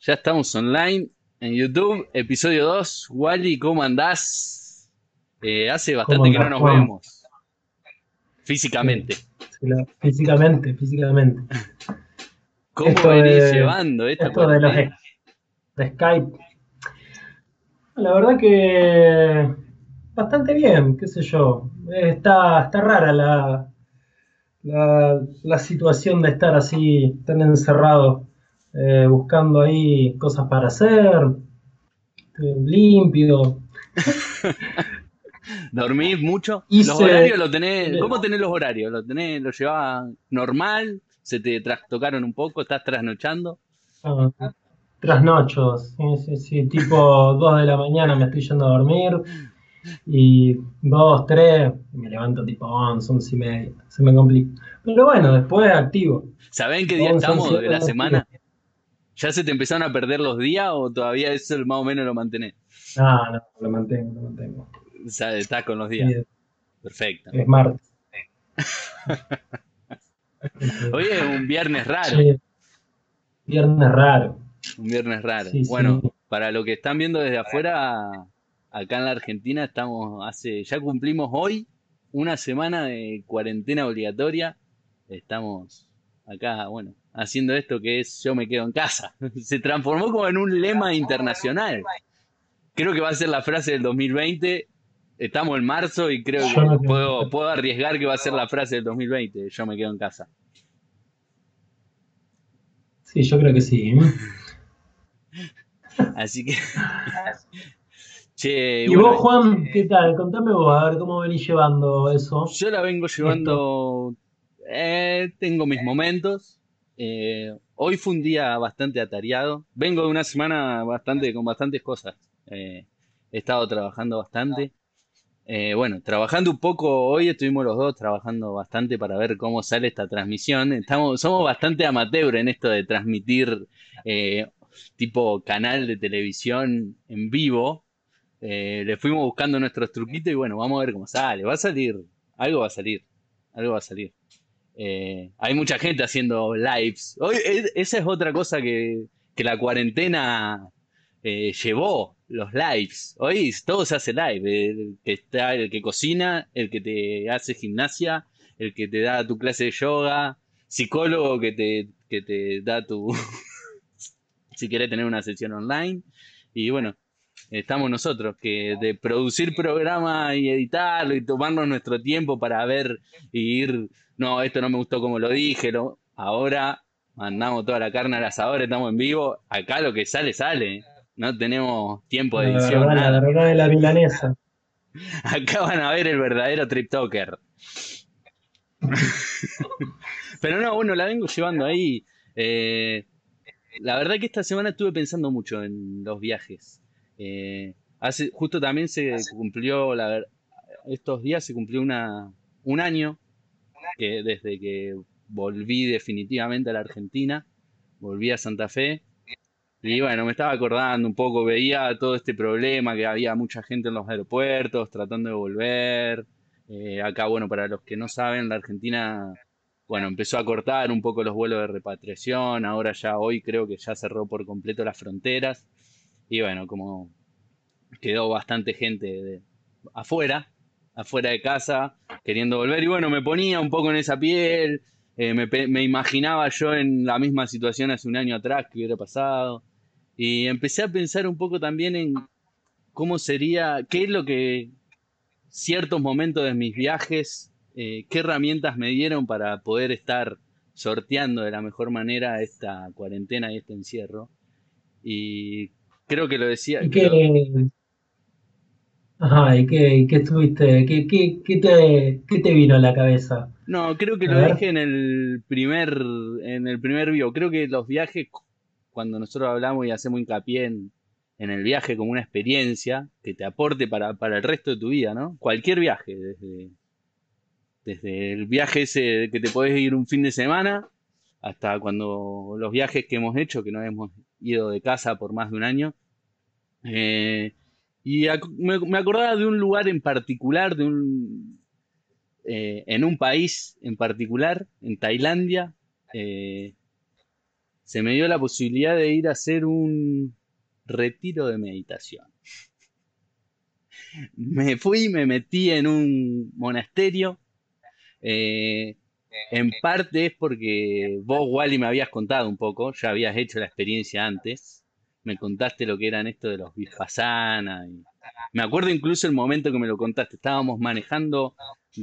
Ya estamos online en YouTube, episodio 2. Wally, ¿cómo andás? Hace ¿Cómo bastante que no andás, nos Juan? vemos Sí, físicamente. sí, físicamente. ¿Cómo Esto venís de, llevando esta esto de cuarentena? de Skype, la verdad que bastante bien, qué sé yo. Está rara la situación de estar así, tan encerrado, buscando ahí cosas para hacer, limpio. ¿Dormís mucho? ¿Los Hice, horarios lo tenés? ¿Cómo tenés los horarios? ¿Lo tenés, lo llevás normal? ¿Se te trastocaron un poco? ¿Estás trasnochando? ah, trasnochos, sí, tipo 2 de la mañana me estoy yendo a dormir. Y 2, 3, me levanto tipo 11, 11 y media. Se me complica. Pero bueno, después activo. ¿Sabés en qué Tipo día 11, 11 estamos y de media la activo. semana? ¿Ya se te empezaron a perder los días o todavía eso más o menos lo mantenés? No, no, lo mantengo, lo mantengo. O sea, estás con los días. Sí, Perfecto. es martes. Eh, Hoy es un viernes raro. Che, viernes raro. Un viernes raro. Sí, sí. Bueno, para lo que están viendo desde afuera, acá en la Argentina ya cumplimos hoy una semana de cuarentena obligatoria. Estamos acá, bueno, haciendo esto que es yo me quedo en casa. Se transformó como en un lema internacional. Creo que va a ser la frase del 2020. Estamos en marzo y creo Yo que no tengo. puedo arriesgar que va a ser la frase del 2020. Yo me quedo en casa. Sí, yo creo que sí. Así que, che, ¿Y bueno, vos, Juan, qué tal? Contame vos, a ver cómo venís llevando eso, yo la vengo esto. llevando, tengo mis momentos. Hoy fue un día bastante atareado. Vengo de una semana con bastantes cosas. He estado trabajando bastante. Bueno, trabajando un poco, hoy estuvimos los dos trabajando bastante para ver cómo sale esta transmisión. Somos bastante amateur en esto de transmitir eh, tipo canal de televisión en vivo. Le fuimos buscando nuestros truquitos y bueno, vamos a ver cómo sale. Va a salir, algo va a salir, algo va a salir. Hay mucha gente haciendo lives. Esa es otra cosa que la cuarentena llevó, los lives. Hoy todo se hace live. El que cocina, el que te hace gimnasia, el que te da tu clase de yoga, psicólogo que te da tu, si querés tener una sesión online. Y bueno, estamos nosotros, que de producir programa y editarlo y tomarnos nuestro tiempo para ver y ir, no, esto no me gustó como lo dije, ahora mandamos toda la carne al asador, estamos en vivo, acá lo que sale, sale, no tenemos tiempo de edición, La nada. verdad de la milanesa. Acá van a ver el verdadero trip talker. Pero no, bueno, la vengo llevando ahí. Eh, La verdad que esta semana estuve pensando mucho en los viajes. Justo también se cumplió, estos días se cumplió un año que desde que volví definitivamente a la Argentina, volví a Santa Fe. Y bueno, me estaba acordando un poco, veía todo este problema, que había mucha gente en los aeropuertos tratando de volver. Acá, bueno, para los que no saben, la Argentina, bueno, empezó a cortar un poco los vuelos de repatriación, ahora ya hoy creo que ya cerró por completo las fronteras. Y bueno, como quedó bastante gente afuera, afuera de casa, queriendo volver. Y bueno, me ponía un poco en esa piel, me imaginaba yo en la misma situación hace un año atrás que hubiera pasado. Y empecé a pensar un poco también en cómo sería, qué es lo que ciertos momentos de mis viajes, qué herramientas me dieron para poder estar sorteando de la mejor manera esta cuarentena y este encierro. Y creo que lo decía, ¿Y qué, ajá, y qué estuviste, qué te vino a la cabeza? no, creo que A lo ver. dije en el primer video. Creo que los viajes, cuando nosotros hablamos y hacemos hincapié en el viaje como una experiencia que te aporte para el resto de tu vida, ¿no? Cualquier viaje, desde el viaje ese que te podés ir un fin de semana hasta cuando los viajes que hemos hecho, que no hemos ido de casa por más de un año. Eh, me acordaba de un lugar en particular, en un país en particular, en Tailandia, eh, se me dio la posibilidad de ir a hacer un retiro de meditación. Me fui, me metí en un monasterio. eh, en parte es porque vos, Wally, me habías contado un poco, ya habías hecho la experiencia antes. Me contaste lo que eran esto de los Vipassana. Me acuerdo incluso el momento que me lo contaste. Estábamos manejando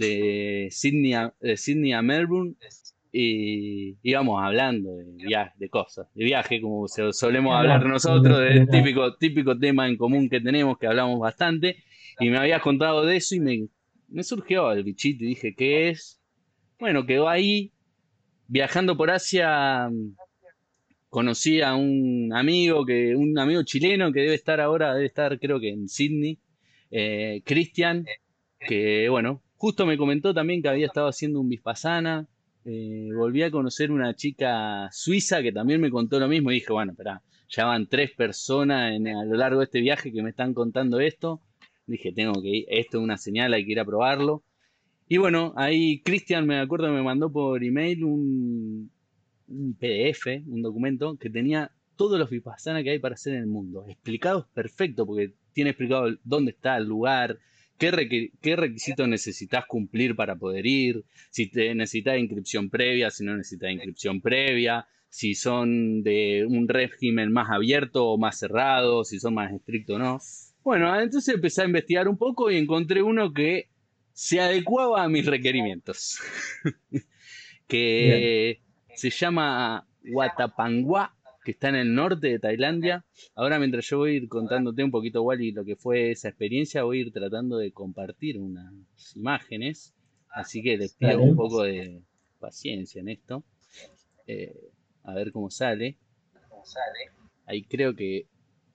de Sydney a Melbourne y íbamos hablando de viaje, de cosas, de viaje, como solemos hablar Claro, nosotros, del era- típico tema en común que tenemos, que hablamos bastante. Y me habías contado de eso y me surgió el bichito y dije, ¿qué es? Bueno, quedó ahí. Viajando por Asia, conocí a un amigo chileno que debe estar ahora, debe estar creo que en Sydney, Cristian, que bueno, justo me comentó también que había estado haciendo un Vipassana. Volví a conocer una chica suiza que también me contó lo mismo y dije, bueno, espera, ya van 3 personas a lo largo de este viaje que me están contando esto. Dije, tengo que ir, esto es una señal, hay que ir a probarlo. Y bueno, ahí Cristian me acuerdo que me mandó por email un PDF, un documento que tenía todos los vipassana que hay para hacer en el mundo, explicados perfecto, porque tiene explicado dónde está el lugar, qué requisitos necesitas cumplir para poder ir, si te necesitas inscripción previa, si no necesitas inscripción previa, si son de un régimen más abierto o más cerrado, si son más estrictos o no. Bueno, entonces empecé a investigar un poco y encontré uno que se adecuaba a mis requerimientos. Bien. Que se llama Watapangwa, que está en el norte de Tailandia. Ahora, mientras yo voy a ir contándote un poquito, Wally, lo que fue esa experiencia, voy a ir tratando de compartir unas imágenes. Así que les pido un Dale. poco de paciencia en esto. Eh, a ver cómo sale. Ahí creo que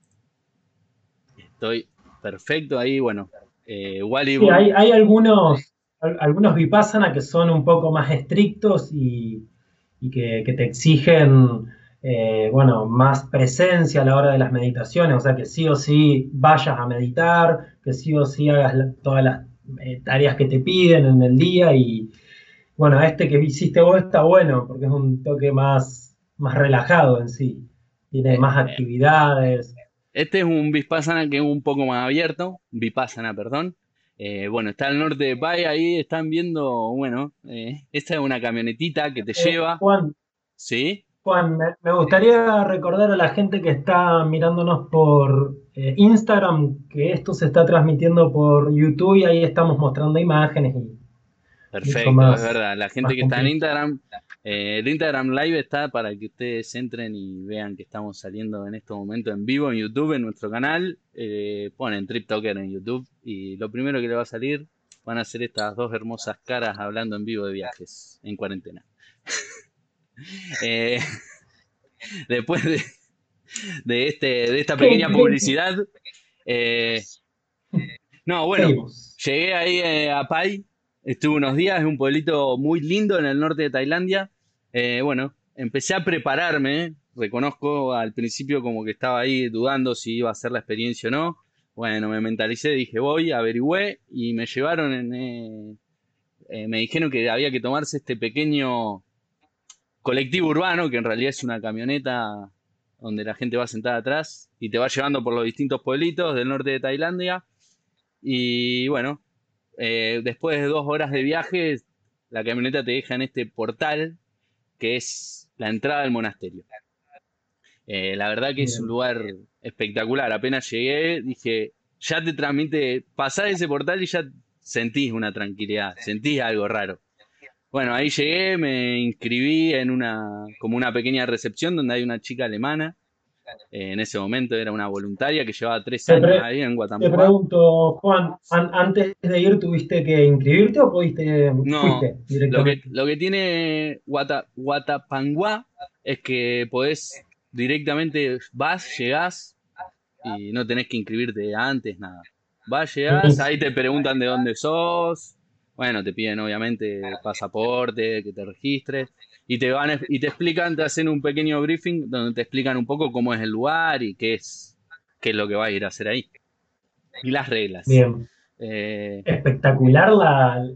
estoy perfecto. Ahí, bueno, Wally, Sí, hay algunos vipassana que son un poco más estrictos y que te exigen, bueno, más presencia a la hora de las meditaciones, o sea, que sí o sí vayas a meditar, que sí o sí hagas todas las tareas que te piden en el día y, bueno, este que hiciste vos está bueno porque es un toque más relajado en sí, tiene eh, más eh, actividades. este es un Vipassana que es un poco más abierto, Vipassana, perdón. Bueno, está al norte de Pai, ahí están viendo, bueno, esta es una camionetita que te lleva, Juan, ¿sí? Juan, me gustaría recordar a la gente que está mirándonos por Instagram que esto se está transmitiendo por YouTube y ahí estamos mostrando imágenes y mucho Perfecto, es más, verdad. La gente más que está en completo. Instagram, el Instagram Live está para que ustedes entren y vean que estamos saliendo en este momento en vivo en YouTube, en nuestro canal. Ponen Trip Talker en YouTube y lo primero que le va a salir van a ser estas dos hermosas caras hablando en vivo de viajes en cuarentena. Eh, después de esta ¿Qué, pequeña qué- publicidad, eh, no, bueno, Seguimos. llegué ahí a Pai, estuve unos días, es un pueblito muy lindo en el norte de Tailandia. Bueno, empecé a prepararme, reconozco al principio como que estaba ahí dudando si iba a ser la experiencia o no. Bueno, me mentalicé, dije voy, averigüé y me llevaron me dijeron que había que tomarse este pequeño colectivo urbano, que en realidad es una camioneta donde la gente va sentada atrás y te va llevando por los distintos pueblitos del norte de Tailandia. Y bueno, después de 2 horas de viaje, la camioneta te deja en este portal que es la entrada del monasterio. La verdad que es un Bien. lugar espectacular. Apenas llegué, dije, ya te transmite, pasar ese portal y ya sentís una tranquilidad, sentís algo raro. Bueno, ahí llegué, me inscribí en como una pequeña recepción donde hay una chica alemana. En ese momento era una voluntaria que llevaba 3 años ahí en Te Guatemala. pregunto, Juan, ¿antes de ir tuviste que inscribirte o No, fuiste directamente? lo que tiene Guatapangua es que podés directamente, llegás y no tenés que inscribirte antes, nada. Vas, llegás, ahí Buenísimo. te preguntan de dónde sos, bueno, te piden obviamente pasaporte, que te registres, y te explican, te hacen un pequeño briefing donde te explican un poco cómo es el lugar y qué es lo que vas a ir a hacer ahí. Y las reglas. Bien. Eh, Espectacular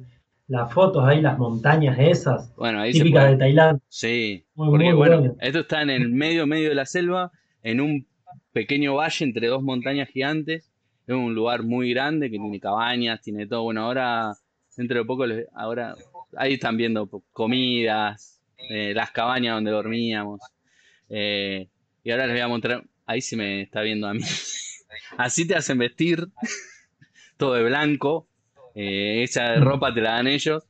las fotos ahí, las montañas esas, Bueno, ahí se típicas puede. de Tailandia. Sí, Muy, porque muy bueno, buenas. esto está en el medio de la selva, en un pequeño valle entre dos montañas gigantes. Es un lugar muy grande que tiene cabañas, tiene todo. Bueno, ahora, dentro de poco, ahora ahí están viendo comidas, las cabañas donde dormíamos. eh, y ahora les voy a mostrar, ahí se me está viendo a mí. Así te hacen vestir, todo de blanco. Esa ropa te la dan ellos.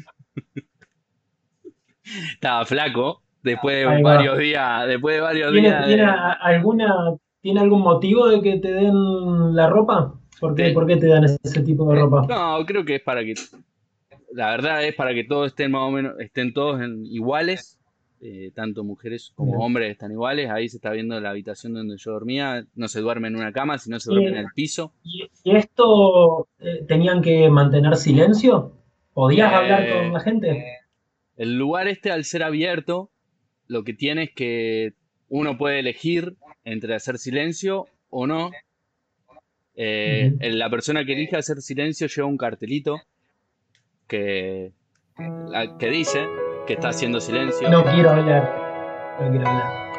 Estaba flaco. Ahí va. Después de varios ¿Tiene, días tiene de, tiene algún motivo de que te den la ropa? te- Por qué te dan ese tipo de ropa? no, creo que es para que, la verdad es para que todos estén más o menos, estén todos iguales, tanto mujeres como Bien. hombres están iguales. Ahí se está viendo la habitación donde yo dormía. No se duerme en una cama, sino se duerme en ¿Y, el piso. y esto tenían que mantener silencio? ¿Podías hablar con Eh, la gente? el lugar este, al ser abierto, lo que tiene es que uno puede elegir entre hacer silencio o no. Ujú. La persona que elige hacer silencio lleva un cartelito que, que dice que está haciendo silencio. No quiero hablar, no quiero hablar.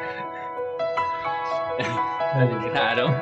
Dale. Claro.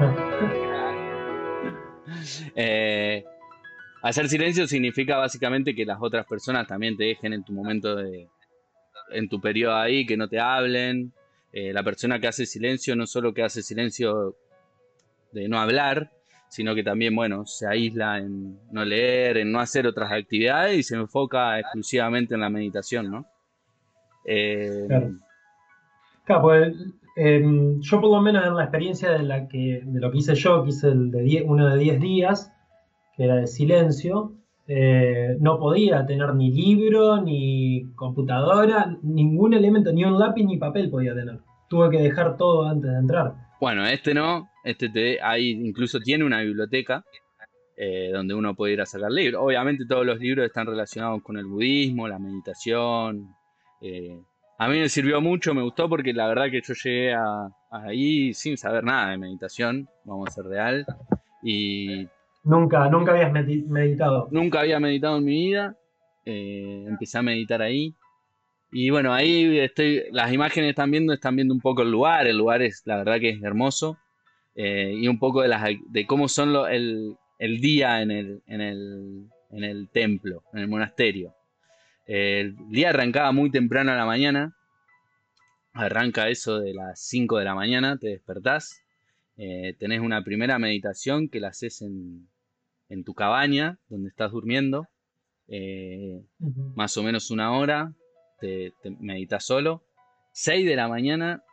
Eh, hacer silencio significa básicamente que las otras personas también te dejen en tu momento en tu periodo ahí, que no te hablen. La persona que hace silencio no solo que hace silencio de no hablar, sino que también, bueno, se aísla en no leer, en no hacer otras actividades y se enfoca exclusivamente en la meditación, ¿no? Eh, Claro. Claro, pues, yo por lo menos en la experiencia de lo que hice yo, que hice uno de 10 días, que era de silencio, no podía tener ni libro, ni computadora, ningún elemento, ni un lápiz ni papel podía tener. Tuve que dejar todo antes de entrar. bueno, este no, ahí incluso tiene una biblioteca donde uno puede ir a sacar libros. Obviamente todos los libros están relacionados con el budismo, la meditación. eh, a mí me sirvió mucho, me gustó porque la verdad que yo llegué ahí sin saber nada de meditación, vamos a ser real, y Nunca habías meditado. nunca había meditado en mi vida. Empecé a meditar ahí. Y bueno, ahí las imágenes están viendo un poco el lugar es, la verdad que es hermoso, y un poco de cómo son el día en el templo, en el monasterio. El día arrancaba muy temprano a la mañana, arranca eso de las 5 de la mañana, te despertás, tenés una primera meditación que la haces en tu cabaña, donde estás durmiendo, eh, Ujú. más o menos una hora, te meditas solo. 6 de la mañana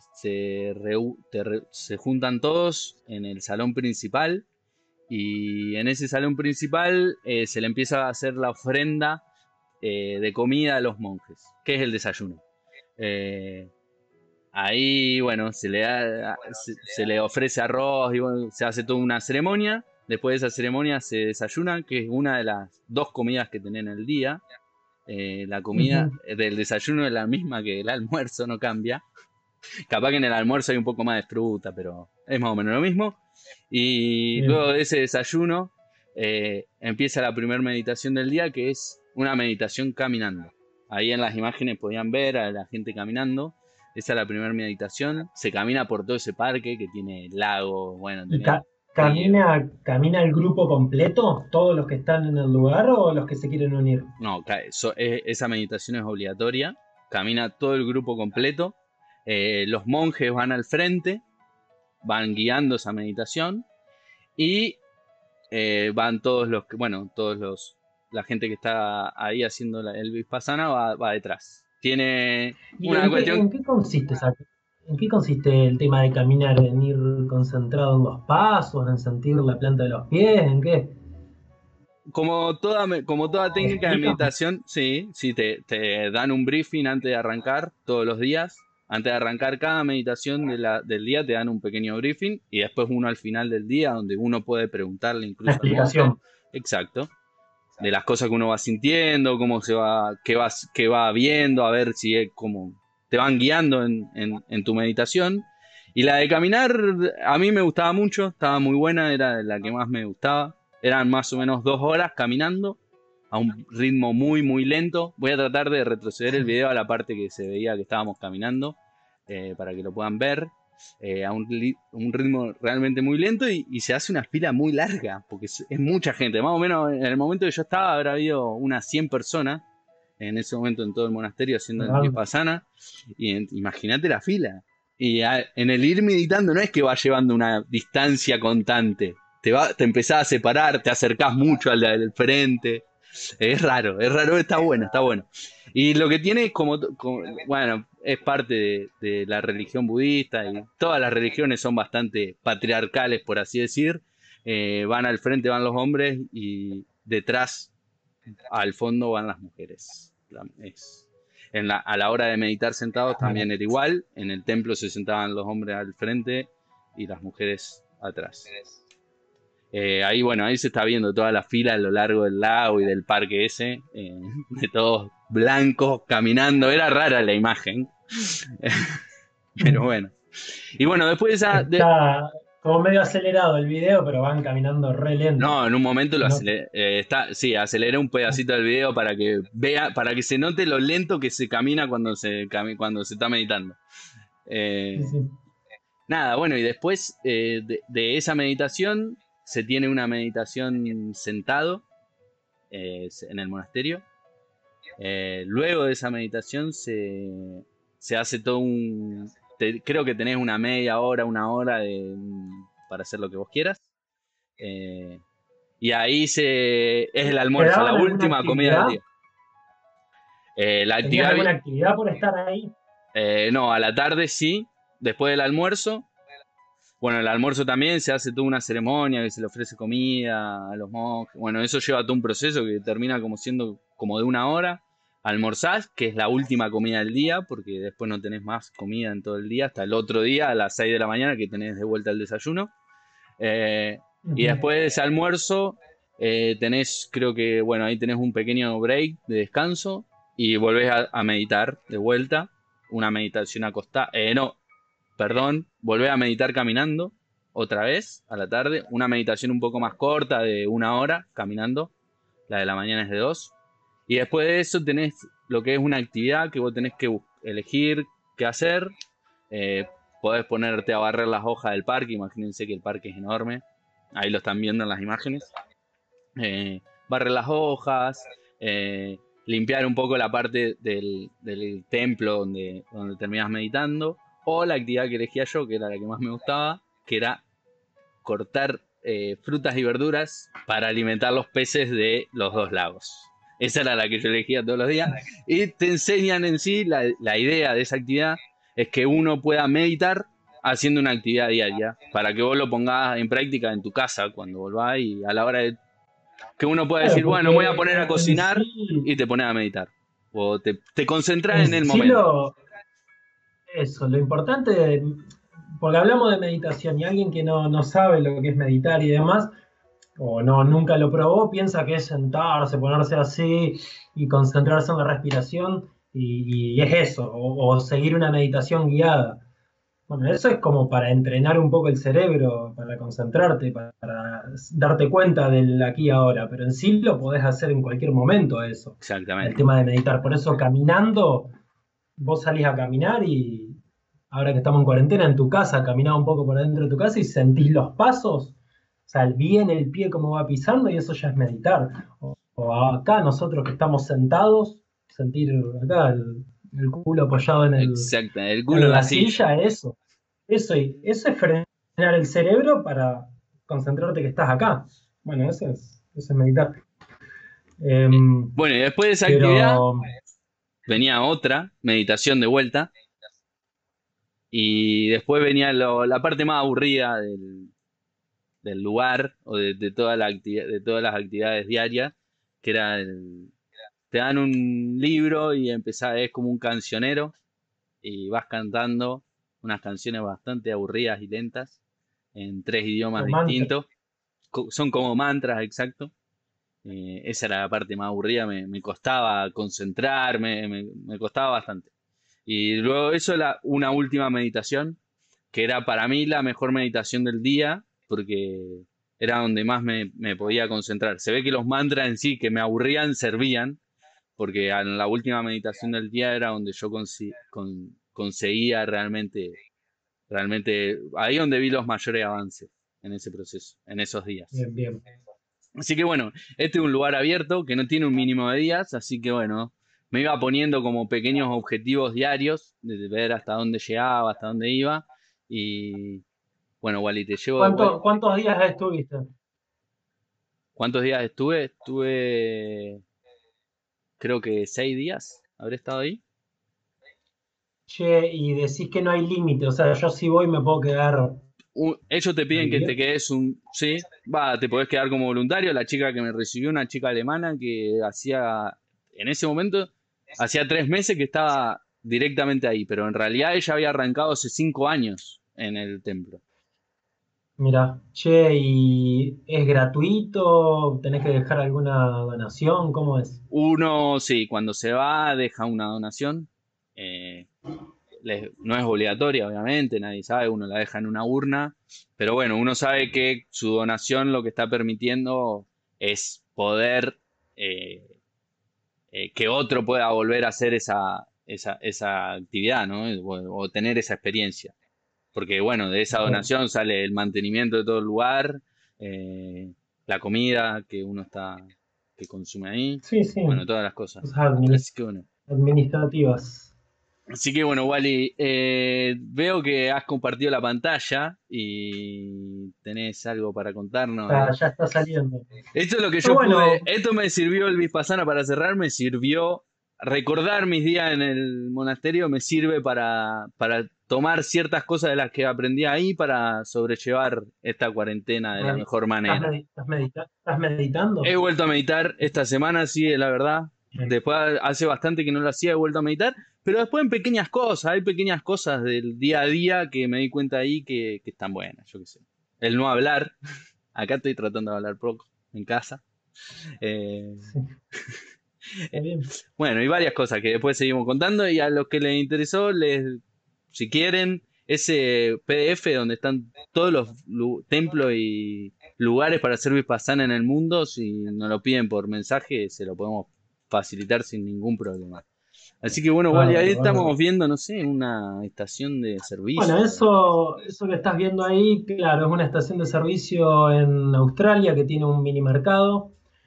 se juntan todos en el salón principal y en ese salón principal se le empieza a hacer la ofrenda de comida a los monjes, que es el desayuno. Eh, Ahí, bueno, se le ofrece arroz y bueno, se hace toda una ceremonia. Después de esa ceremonia se desayuna, que es una de las dos comidas que tienen en el día. La comida Ujú. del desayuno es la misma que el almuerzo, no cambia. Capaz que en el almuerzo hay un poco más de fruta, pero es más o menos lo mismo. Y Bien. luego de ese desayuno empieza la primera meditación del día, que es una meditación caminando. Ahí en las imágenes podían ver a la gente caminando. Esa es la primera meditación. Se camina por todo ese parque que tiene lagos, bueno, ¿Y tenés río. camina el grupo completo? ¿Todos los que están en el lugar o los que se quieren unir? No, esa meditación es obligatoria. Camina todo el grupo completo. Los monjes van al frente, van guiando esa meditación y van todos los que, bueno, la gente que está ahí haciendo el Vipassana va detrás. Tiene ¿Y una cuestión en qué consiste en qué consiste el tema de caminar? ¿En ir concentrado en los pasos, en sentir la planta de los pies? ¿En qué? como toda técnica de Explícame. meditación, sí, sí, te dan un briefing antes de arrancar todos los días. Antes de arrancar cada meditación del día te dan un pequeño briefing y después uno al final del día donde uno puede preguntarle La incluso al monje, explicación. exacto, de las cosas que uno va sintiendo, qué va viendo, a ver si es como te van guiando en tu meditación. Y la de caminar, a mí me gustaba mucho, estaba muy buena, era la que más me gustaba. Eran más o menos 2 horas caminando a un ritmo muy, muy lento. Voy a tratar de retroceder el video a la parte que se veía que estábamos caminando, para que lo puedan ver. A un ritmo realmente muy lento y se hace una fila muy larga, porque es mucha gente. Más o menos en el momento que yo estaba habrá habido unas 100 personas en ese momento en todo el monasterio haciendo el Perdón. Vipassana. Y imagínate la fila. En el ir meditando no es que vas llevando una distancia constante. Te empezás a separar, te acercás mucho al frente. Es raro, está bueno, está bueno. Y lo que tiene es bueno, es parte de la religión budista y todas las religiones son bastante patriarcales, por así decir. Van al frente, van los hombres y detrás, al fondo, van las mujeres. A la hora de meditar sentados también era igual. En el templo se sentaban los hombres al frente y las mujeres atrás. Ahí, bueno, ahí se está viendo toda la fila a lo largo del lago y del parque ese, de todos blancos caminando. Era rara la imagen, pero bueno. Y bueno, después de esa... Está como medio acelerado el video, pero van caminando re lento. No, en un momento lo No, aceleré, sí, aceleré un pedacito del video para que vea, para que se note lo lento que se camina cuando se está meditando. sí, Eh, sí. Nada, bueno, y después de esa meditación se tiene una meditación sentado, en el monasterio. Luego de esa meditación se hace todo creo que tenés una media hora, una hora para hacer lo que vos quieras. Eh, y ahí es el ¿Te almuerzo, la daban alguna última comida del actividad? día. La ¿Tenías actividad, alguna actividad por estar ahí? no, a la tarde sí, después del almuerzo. Bueno, el almuerzo también se hace toda una ceremonia que se le ofrece comida a los monjes. Bueno, eso lleva todo un proceso que termina como siendo como de una hora. Almorzás, que es la última comida del día, porque después no tenés más comida en todo el día, hasta el otro día a las 6 de la mañana que tenés de vuelta el desayuno. Eh, y Ujú. después de ese almuerzo, tenés, creo que, bueno, ahí tenés un pequeño break de descanso y volvés a meditar de vuelta. Una meditación acostada. No, perdón, volvés a meditar caminando otra vez a la tarde. Una meditación un poco más corta de una hora caminando. La de la mañana es de 2. Y después de eso tenés lo que es una actividad que vos tenés que elegir qué hacer. Eh, Podés ponerte a barrer las hojas del parque. Imagínense que el parque es enorme. Ahí lo están viendo en las imágenes. Barrer las hojas, limpiar un poco la parte del templo donde terminas meditando. O la actividad que elegía yo, que era la que más me gustaba, que era cortar frutas y verduras para alimentar los peces de los dos lagos. Esa era la que yo elegía todos los días. Y te enseñan en sí, la idea de esa actividad es que uno pueda meditar haciendo una actividad diaria, para que vos lo pongas en práctica en tu casa cuando volvás y a la hora de que uno pueda Claro, decir, bueno, me voy a porque poner a cocinar y te pones a meditar. O te concentras en en el sí momento. eso, lo importante, porque hablamos de meditación y alguien que no sabe lo que es meditar y demás, o no, nunca lo probó, piensa que es sentarse, ponerse así y concentrarse en la respiración y es eso, o seguir una meditación guiada. Bueno, eso es como para entrenar un poco el cerebro, para concentrarte, para darte cuenta del aquí y ahora, pero en sí lo podés hacer en cualquier momento eso, el Exactamente. tema de meditar. Por eso caminando, vos salís a caminar y ahora que estamos en cuarentena en tu casa, caminás un poco por dentro de tu casa y sentís los pasos, o sea, bien el pie como va pisando y eso ya es meditar. O acá nosotros que estamos sentados, sentir acá el culo apoyado Exacto. El culo en en la la silla. silla, eso. Eso es frenar el cerebro para concentrarte que estás acá. Bueno, eso es meditar. Em, Bueno, y después de esa actividad pero venía otra meditación de vuelta. Y después venía la parte más aburrida del lugar o de de todas las actividades diarias, que era te dan un libro y empezás, es como un cancionero y vas cantando unas canciones bastante aburridas y lentas en 3 idiomas los mantras. distintos. Son como mantras, exacto. Esa era la parte más aburrida, me costaba concentrarme, me costaba bastante. Y luego de eso, una última meditación, que era para mí la mejor meditación del día, porque era donde más me podía concentrar. Se ve que los mantras en sí, que me aburrían, servían, porque en la última meditación del día era donde yo conseguía realmente, ahí donde vi los mayores avances en ese proceso, en esos días. Bien, bien. Así que bueno, este es un lugar abierto que no tiene un mínimo de días, así que bueno, me iba poniendo como pequeños objetivos diarios, de ver hasta dónde llegaba, hasta dónde iba, y bueno, Wally, te llevo de vuelta. ¿Cuántos días estuviste? ¿Cuántos días estuve? Estuve, creo que 6 días, habré estado ahí. Che, y decís que no hay límite, o sea, yo si voy me puedo quedar Ellos te a piden que te vivir. quedes sí, te podés quedar como voluntario. La chica que me recibió, una chica alemana que en ese momento, hacía 3 meses que estaba directamente ahí, pero en realidad ella había arrancado hace 5 años en el templo. Mira, che, ¿y es gratuito? ¿Tenés que dejar alguna donación? ¿Cómo es? Uno, sí, cuando se va, deja una donación. eh, no es obligatoria, obviamente, nadie sabe, uno la deja en una urna, pero bueno, uno sabe que su donación lo que está permitiendo es poder que otro pueda volver a hacer esa actividad, ¿no? O tener esa experiencia. Porque bueno, de esa Bien. donación sale el mantenimiento de todo el lugar, eh, la comida que consume ahí, Sí, sí, bueno, todas las cosas. cosas Así que bueno. administrativas. Así que bueno, Wally, veo que has compartido la pantalla y tenés algo para contarnos ahí. Ya está saliendo. Esto es lo que Pero yo bueno, pude, esto me sirvió el Vipassana para cerrar, me sirvió recordar mis días en el monasterio, me sirve para tomar ciertas cosas de las que aprendí ahí para sobrellevar esta cuarentena de la mejor manera. ¿estás meditando? He vuelto a meditar esta semana, sí, la verdad. Bien. Después hace bastante que no lo hacía, he vuelto a meditar, pero después en pequeñas cosas, hay pequeñas cosas del día a día que me di cuenta ahí que están buenas, yo qué sé. El no hablar, acá estoy tratando de hablar poco en casa. Eh, Sí, está bien. bueno, y varias cosas que después seguimos contando y a los que les interesó, si quieren, ese PDF donde están todos los templos y lugares para hacer Vipassana en el mundo, si nos lo piden por mensaje, se lo podemos facilitar sin ningún problema. Así que bueno, Wally, ahí Bárbaro, estamos bárbaro. viendo, no sé, una estación de Bueno, servicio. eso que estás viendo ahí, claro, es una estación de servicio en Australia que tiene un mini mercado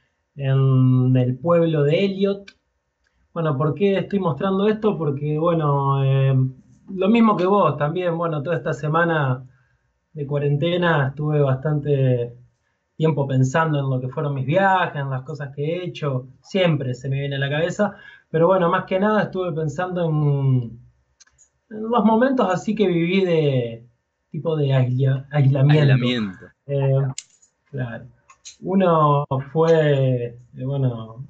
en el pueblo de Elliot. Bueno, ¿por qué estoy mostrando esto? Porque, bueno, lo mismo que vos también, bueno, toda esta semana de cuarentena estuve bastante tiempo pensando en lo que fueron mis viajes, en las cosas que he hecho, siempre se me viene a la cabeza, pero bueno, más que nada estuve pensando en los momentos así que viví de tipo de aislamiento. Aislamiento. Eh, claro. Uno fue, bueno,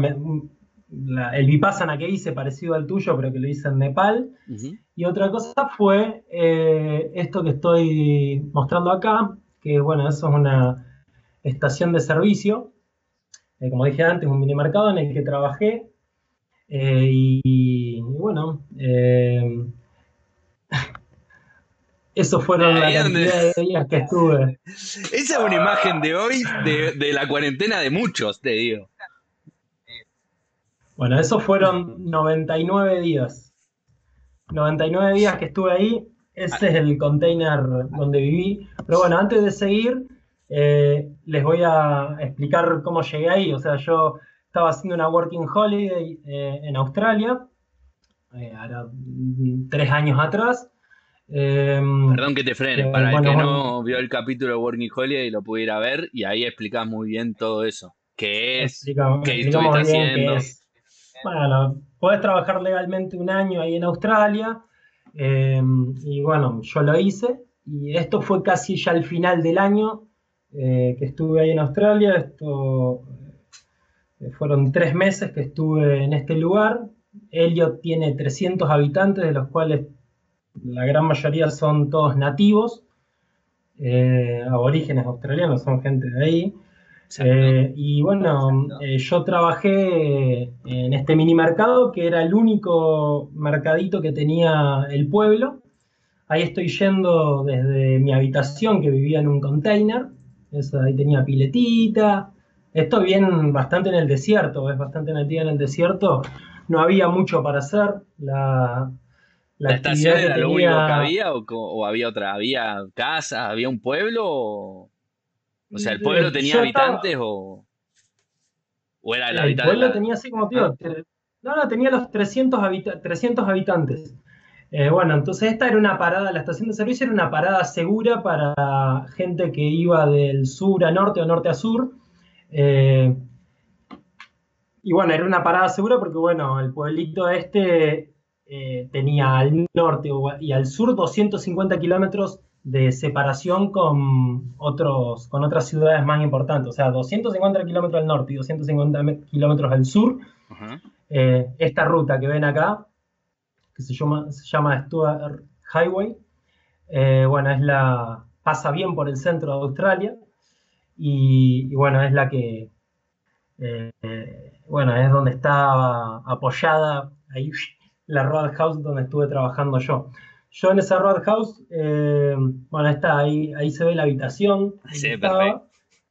el Vipassana que hice parecido al tuyo, pero que lo hice en Nepal. Ujú. Y otra cosa fue esto que estoy mostrando acá, que bueno, eso es una estación de servicio, como dije antes, un mini mercado en el que trabajé. Y bueno, eso fueron Ahí la es donde... cantidad de días que estuve. Esa es una imagen de hoy, de la cuarentena de muchos, te digo. Bueno, esos fueron 99 días. 99 días que estuve ahí, Ah, ese es el container donde viví. Pero bueno, antes de seguir, les voy a explicar cómo llegué ahí. O sea, yo estaba haciendo una working holiday en Australia, ahora 3 años atrás. Eh, perdón que te frene, que, para el bueno, que bueno, no vio el capítulo de Working Holiday lo pudiera ver y ahí explicás muy bien todo eso. ¿Qué es? ¿Qué estuviste explicamos bien qué haciendo? es. Bueno, podés trabajar legalmente un año ahí en Australia. Y bueno, yo lo hice. Y esto fue casi ya al final del año que estuve ahí en Australia. Esto fueron 3 meses que estuve en este lugar. Elliot tiene 300 habitantes, de los cuales la gran mayoría son todos nativos, aborígenes australianos, son gente de ahí. Exacto. Y bueno, yo trabajé en este mini mercado que era el único mercadito que tenía el pueblo. Ahí estoy yendo desde mi habitación que vivía en un container. Ahí tenía piletita. Esto bien bastante en el desierto, es bastante nativa en el desierto. No había mucho para hacer. La ¿La estación actividad que era lo único que tenía, había o había otra? ¿Había casa? ¿Había un pueblo? O sea, ¿el pueblo tenía yo habitantes estaba, o era el el habitante? pueblo tenía así como Ah, tío, no, no, tenía los 300 habitantes. Bueno, entonces esta era una parada, la estación de servicio era una parada segura para gente que iba del sur a norte o norte a sur. Eh, y bueno, era una parada segura porque, bueno, el pueblito este tenía al norte y al sur 250 kilómetros de separación con otras ciudades más importantes. O sea, 250 kilómetros al norte y 250 kilómetros al sur. ajá. Esta ruta que ven acá, que se llama Stuart Highway, bueno, pasa bien por el centro de Australia y bueno, es la que bueno, es donde estaba apoyada ahí la Roadhouse donde estuve trabajando yo. Yo en esa Roadhouse, bueno, está ahí se ve la habitación donde Sí, perfecto. estaba.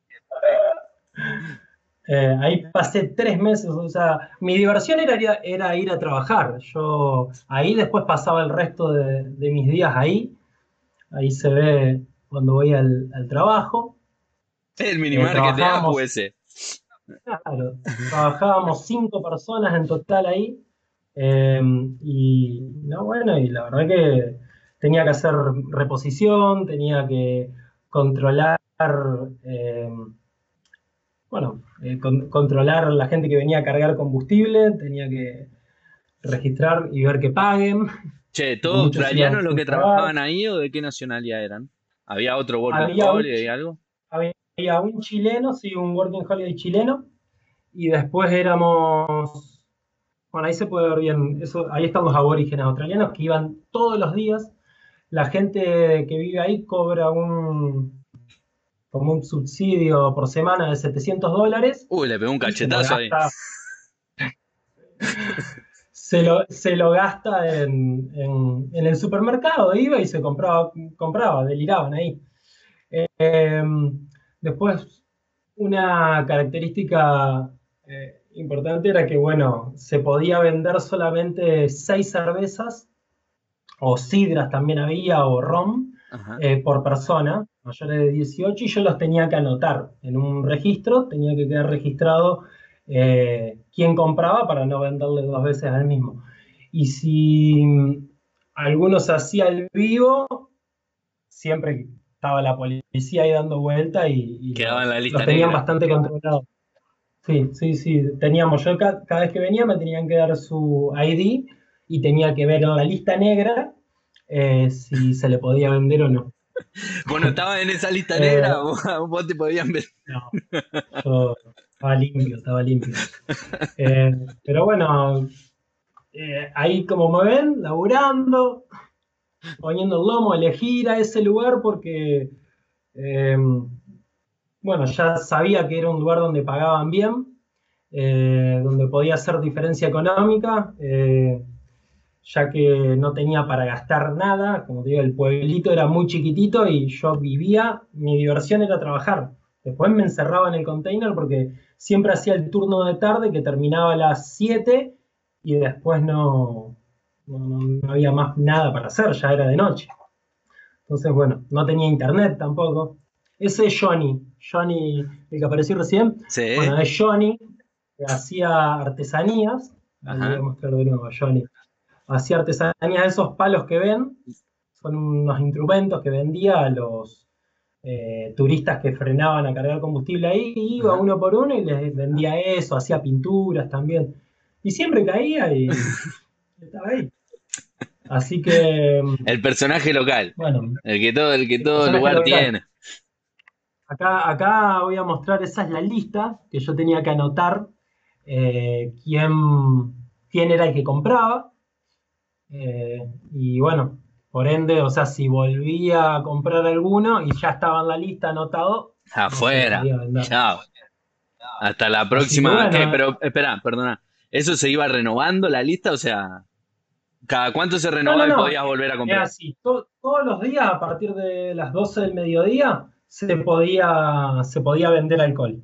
Ahí pasé 3 meses, o sea, mi diversión era ir a trabajar. Yo ahí después pasaba el resto de mis días ahí. Ahí se ve cuando voy al trabajo. El minimarket de Apu Trabajábamos. ese. Claro, trabajábamos 5 personas en total ahí. Y no, bueno, y la verdad que tenía que hacer reposición, tenía que controlar, eh, bueno, controlar la gente que venía a cargar combustible, tenía que registrar y ver que paguen, Che, porque ¿todos muchos iban australianos los sin que pagar. trabajaban ahí o de qué nacionalidad eran? ¿Había otro Working Había un, Holiday y algo? había un chileno, sí, un Working Holiday chileno, y después éramos. Bueno, ahí se puede ver bien, eso, ahí están los aborígenes australianos que iban todos los días. La gente que vive ahí cobra como un subsidio por semana de $700 Le pegó un y se lo cachetazo ahí. gasta, se lo gasta en el supermercado. Iba y se compraba, deliraban ahí. Eh, Después, una característica importante era que, bueno, se podía vender solamente 6 cervezas o sidras también había, o ron, Ajá. por persona, mayores de 18, y yo los tenía que anotar en un registro, tenía que quedar registrado quién compraba para no venderle 2 veces al mismo. Y si alguno se hacía el vivo, siempre estaba la policía ahí dando vuelta y Quedaba en la los lista tenían negra. bastante controlados. Sí, sí, sí. Teníamos, yo cada vez que venía me tenían que dar su ID y tenía que ver en la lista negra si se le podía vender o no. Bueno, estaba en esa lista negra, Eh, vos te podían ver. no, yo estaba limpio, estaba limpio. Eh, pero bueno, ahí como me ven, laburando, poniendo el lomo, elegir a ese lugar porque, eh, bueno, ya sabía que era un lugar donde pagaban bien, donde podía hacer diferencia económica. Ya que no tenía para gastar nada, como te digo, el pueblito era muy chiquitito y yo vivía, mi diversión era trabajar. Después me encerraba en el container porque siempre hacía el turno de tarde que terminaba a las 7 y después no había más nada para hacer, ya era de noche. Entonces, bueno, no tenía internet tampoco. Ese es Johnny, el que apareció recién. Sí, Bueno, es Johnny, que hacía artesanías. Ahí le voy a ajá. mostrar de nuevo a Johnny. Hacía artesanías, esos palos que ven, son unos instrumentos que vendía a los turistas que frenaban a cargar combustible ahí, iba Ajá. uno por uno y les vendía eso, hacía pinturas también. Y siempre caía y estaba ahí. Así que, El personaje local. bueno, el El que todo personaje lugar local. tiene. Acá voy a mostrar, esa es la lista que yo tenía que anotar quién, quién era el que compraba. Y bueno, por ende, o sea, si volvía a comprar alguno y ya estaba en la lista anotado, no se lo Afuera. podía vender. Chao. Hasta la Así que próxima. ¿Qué? bueno, Pero, espera, perdona. ¿Eso se iba renovando la lista? O sea, ¿cada cuánto se no, no, renovaba y no, podías volver a es comprar? así. Todos los días, a partir de las 12 del mediodía, se podía vender alcohol.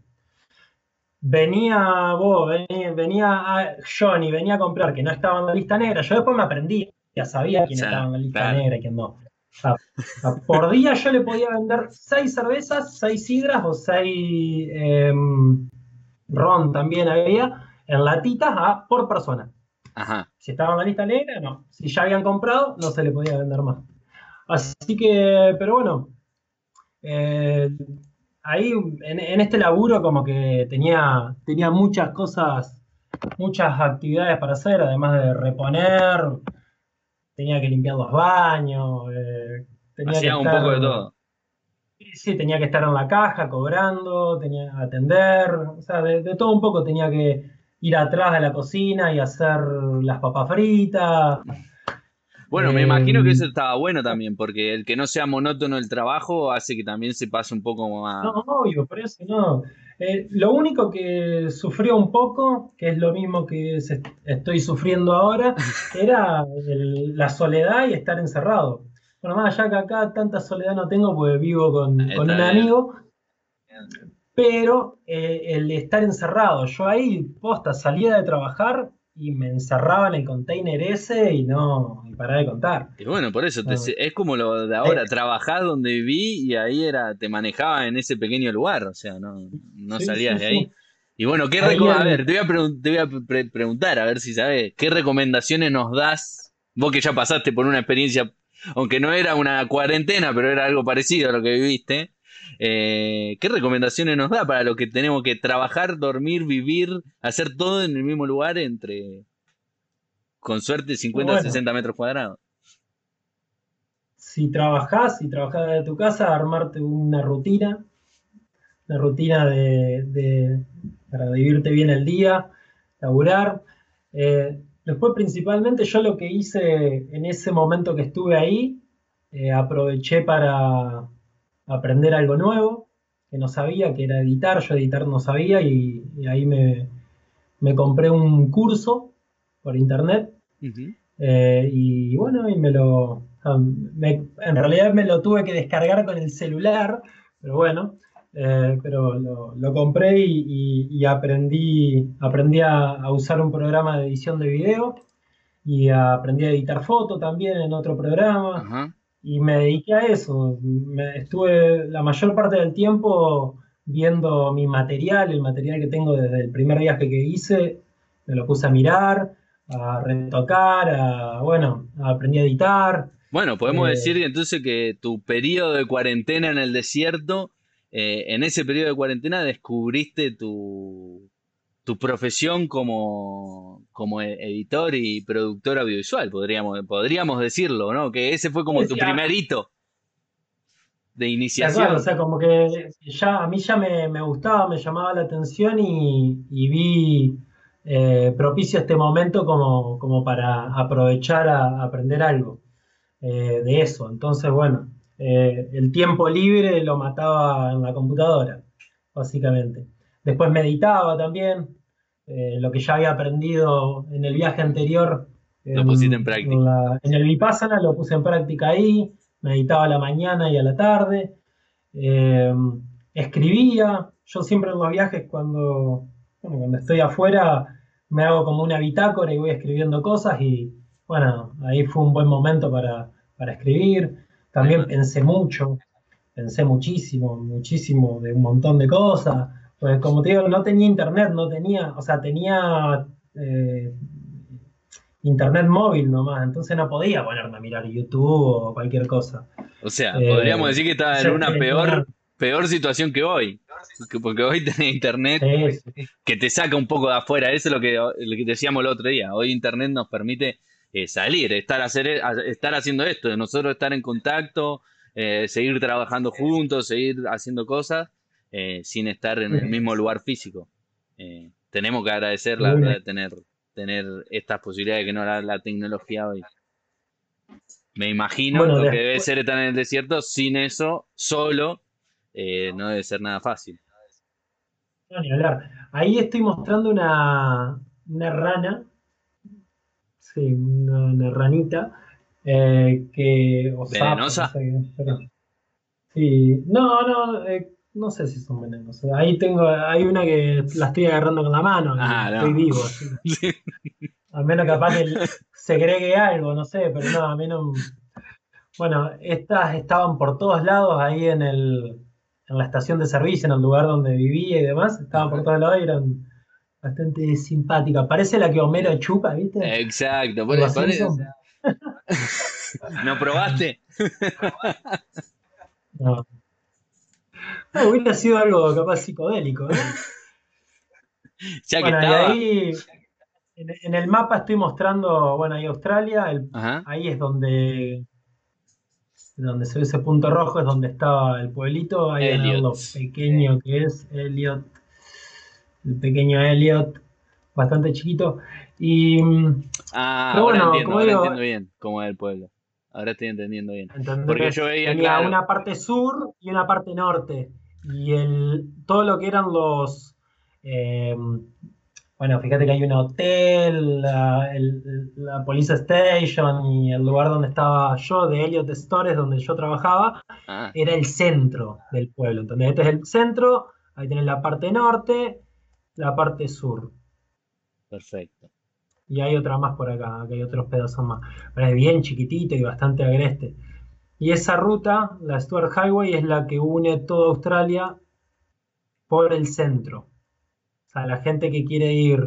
Johnny, venía a comprar que no estaba en la lista negra. Yo después me aprendí, ya sabía O quién estaba sea, en la lista claro. negra y quién no. Por día yo le podía vender 6 cervezas, 6 sidras o 6 ron también había en latitas por persona. Ajá. Si estaba en la lista negra, no. Si ya habían comprado, no se le podía vender más. Así que, pero bueno, eh, ahí en este laburo como que tenía muchas cosas, muchas actividades para hacer, además de reponer, tenía que limpiar los baños, tenía que Hacía un estar, poco de todo. sí, tenía que estar en la caja cobrando, tenía que atender, o sea, de todo un poco tenía que ir atrás de la cocina y hacer las papas fritas. Bueno, me eh, imagino que eso estaba bueno también, porque el que no sea monótono el trabajo hace que también se pase un poco No, más. obvio, por eso no. Lo único que sufrió un poco, que es lo mismo que estoy sufriendo ahora, era la soledad y estar encerrado. Bueno, más allá que acá tanta soledad no tengo porque vivo con Está un bien. amigo, pero el estar encerrado, yo ahí, posta, salía de trabajar y me encerraba en el container ese y no, y paraba de contar. Y bueno, por eso No, es como lo de eh, ahora, trabajás donde viví y ahí te manejaba en ese pequeño lugar, o sea, no sí, salías sí, de sí. ahí. Y bueno, Ahí a el, ver, te voy a preguntar, a ver si sabes, ¿qué recomendaciones nos das? Vos que ya pasaste por una experiencia, aunque no era una cuarentena, pero era algo parecido a lo que viviste, ¿qué recomendaciones nos da para los que tenemos que trabajar, dormir, vivir, hacer todo en el mismo lugar con suerte, 50 o bueno, 60 metros cuadrados? si trabajás desde tu casa, armarte una rutina para vivirte bien el día, laburar. Después, principalmente, yo lo que hice en ese momento que estuve ahí, aproveché para aprender algo nuevo, que no sabía, que era editar. Yo editar no sabía y ahí me compré un curso por internet. Ujú. Y bueno, en realidad me lo tuve que descargar con el celular, pero bueno, pero lo compré y aprendí a usar un programa de edición de video y aprendí a editar foto también en otro programa Ajá. y me dediqué a eso. Estuve la mayor parte del tiempo viendo mi material, el material que tengo desde el primer viaje que hice, me lo puse a mirar, a retocar, bueno, aprendí a editar. Bueno, podemos decir eh, entonces que tu periodo de cuarentena en el desierto, en ese periodo de cuarentena descubriste tu profesión como editor y productor audiovisual, podríamos decirlo, ¿no? Que ese fue como tu sí, primer hito de tal cual, o iniciación. sea, como que a mí ya me gustaba, me llamaba la atención y vi propicio este momento como para aprovechar a aprender algo de eso. Entonces, bueno, el tiempo libre lo mataba en la computadora, básicamente. Después meditaba también, lo que ya había aprendido en el viaje anterior, Lo pusiste en práctica. en el Vipassana, lo puse en práctica ahí, meditaba a la mañana y a la tarde. Eh, Escribía, yo siempre en los viajes cuando estoy afuera me hago como una bitácora y voy escribiendo cosas y bueno, ahí fue un buen momento para escribir. También Además, pensé muchísimo, muchísimo de un montón de cosas. Pues como te digo, no tenía internet, no tenía, o sea, tenía internet móvil nomás, entonces no podía ponerme a mirar YouTube o cualquier cosa. o sea, podríamos Eh, decir que estaba en entonces una tenía, peor situación que hoy. Porque hoy tenés internet sí, sí, que te saca un poco de afuera. Eso es lo que decíamos el otro día. Hoy Internet nos permite salir, estar haciendo esto, de nosotros estar en contacto, seguir trabajando juntos, seguir haciendo cosas sin estar en el mismo lugar físico. Tenemos que agradecer, de la una. verdad, de tener estas posibilidades que nos da la tecnología hoy. Me imagino Bueno, lo que debe después, ser estar en el desierto sin eso, solo, no debe ser nada fácil. no, ni hablar. Ahí estoy mostrando una rana, sí, una ranita, que, o sapo, no Venenosa. sé, pero Sí, no sé si son venenos. Hay una que la estoy agarrando con la mano y Ah, estoy no. vivo, así que Sí. al menos capaz que segregue algo, no sé, pero no, a mí no. Bueno, estas estaban por todos lados ahí en la estación de servicio, en el lugar donde vivía y demás, estaban por todos lados y eran bastante simpáticas. Parece la que Homero chupa, ¿viste? Exacto. Por los Simpsons. ¿No probaste? No. Hubiera sido algo capaz psicodélico, ¿no? Ya que Bueno, y estaba. ahí en el mapa estoy mostrando, bueno, ahí Australia, Ajá. ahí es donde se ve ese punto rojo, es donde estaba el pueblito, ahí van a ver lo Elliot. pequeño que es Elliot, el pequeño Elliot, bastante chiquito. Y, Ah, pero bueno, como ahora digo, entiendo bien cómo es el pueblo. Ahora estoy entendiendo bien. Porque yo ¿entendés? veía, Tenía claro. una parte sur y una parte norte. Y todo lo que eran eh, bueno, fíjate que hay un hotel, la Police Station y el lugar donde estaba yo, de Elliot Stores, donde yo trabajaba, Ah, era el centro del pueblo. Entonces, este es el centro, ahí tenés la parte norte, la parte sur. perfecto. Y hay otra más por acá, acá hay otros pedazos más. Pero es bien chiquitito y bastante agreste. Y esa ruta, la Stuart Highway, es la que une toda Australia por el centro. O sea, la gente que quiere ir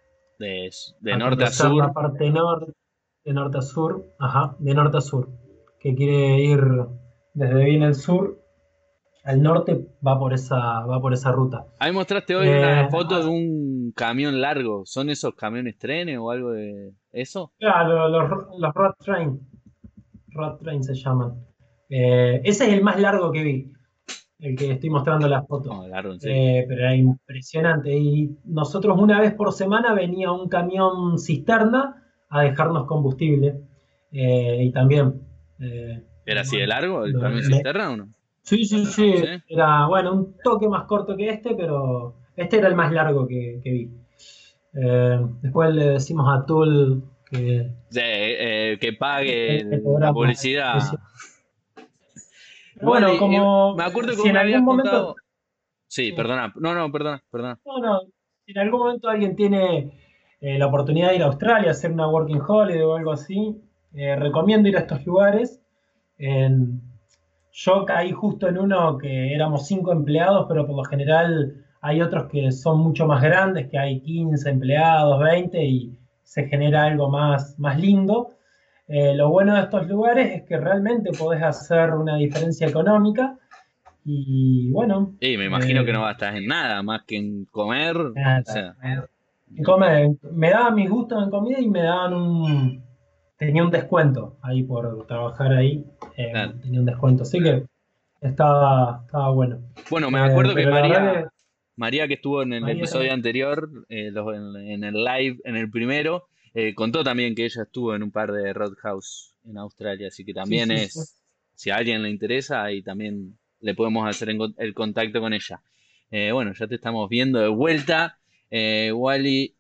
De a norte a conocer la sur. parte norte, de norte a sur, ajá, de norte a sur, que quiere ir desde bien el sur al norte, va por esa ruta. Ahí mostraste hoy una Eh, foto de un camión largo. ¿Son esos camiones trenes o algo de eso? claro, los road train se llaman. Ese es el más largo que vi, el que estoy mostrando la foto. No, largo, en serio. Pero era impresionante. Y nosotros una vez por semana venía un camión cisterna a dejarnos combustible. Y también, ¿Era así de bueno, largo el camión cisterna o no? sí, sí, Sí. sí. Era, bueno, un toque más corto que este, pero este era el más largo que vi. Después le decimos a Tool Sí, que pague que la cobramos. publicidad. Pero bueno, Wally, me como acuerdo que si vos en me habías algún momento, contado. Sí, sí. perdona. No, no, perdona, perdona. No, no, si en algún momento alguien tiene la oportunidad de ir a Australia, hacer una working holiday o algo así, recomiendo ir a estos lugares. En- yo caí justo en uno que éramos 5 empleados, pero por lo general hay otros que son mucho más grandes, que hay 15 empleados, 20 y se genera algo más lindo. Lo bueno de estos lugares es que realmente podés hacer una diferencia económica y bueno, Y me imagino que eh, no gastas en nada más que en comer. O nada, sea, me daban mis gustos en comida y tenía un descuento ahí por trabajar ahí, claro. tenía un descuento, así que estaba bueno. Bueno, me acuerdo que Pero la verdad que María que estuvo en el María, episodio anterior, en el live, en el primero, contó también que ella estuvo en un par de Roadhouse en Australia, así que sí, también sí, sí. es, si a alguien le interesa, ahí también le podemos hacer el contacto con ella. Bueno, ya te estamos viendo de vuelta. Wally,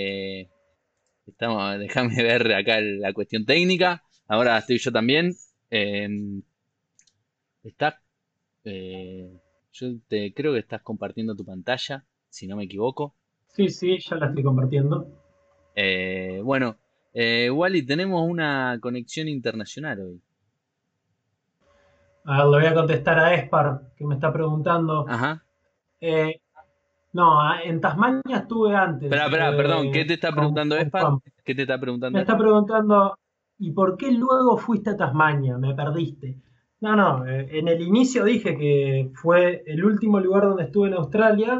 déjame ver acá la cuestión técnica. Ahora estoy yo también. Eh, está yo creo que estás compartiendo tu pantalla, si no me equivoco. Sí, sí, ya la estoy compartiendo. Bueno, Wally, tenemos una conexión internacional hoy. A ver, le voy a contestar a Espar, que me está preguntando. Ajá. Eh, no, en Tasmania estuve Espera, antes espera, perdón, ¿qué te está preguntando con Espar? Juan. ¿Qué te está Me preguntando está Espar? preguntando, ¿y por qué luego fuiste a Tasmania? Me perdiste. No, no, en el inicio dije que fue el último lugar donde estuve en Australia,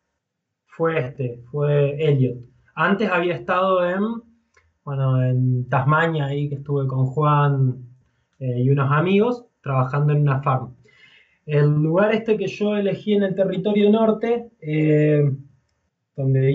fue Elliot. Antes había estado bueno, en Tasmania, ahí que estuve con Juan y unos amigos, trabajando en una farm. El lugar este que yo elegí en el territorio norte, donde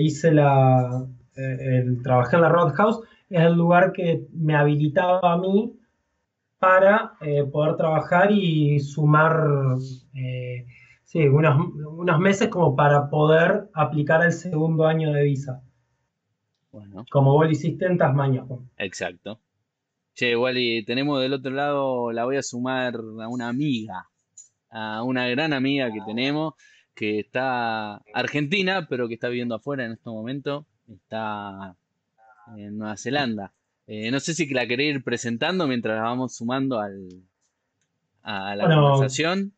trabajé en la Roadhouse, es el lugar que me habilitaba a mí para poder trabajar y sumar eh, sí, unos meses como para poder aplicar el segundo año de visa, Bueno, como vos lo hiciste en Tasmania, Juan. exacto. Che, Wally, tenemos del otro lado, la voy a sumar a una amiga. a una gran amiga que tenemos, que está argentina, pero que está viviendo afuera en este momento. Está en Nueva Zelanda. No sé si la queréis ir presentando mientras la vamos sumando a la Bueno, conversación.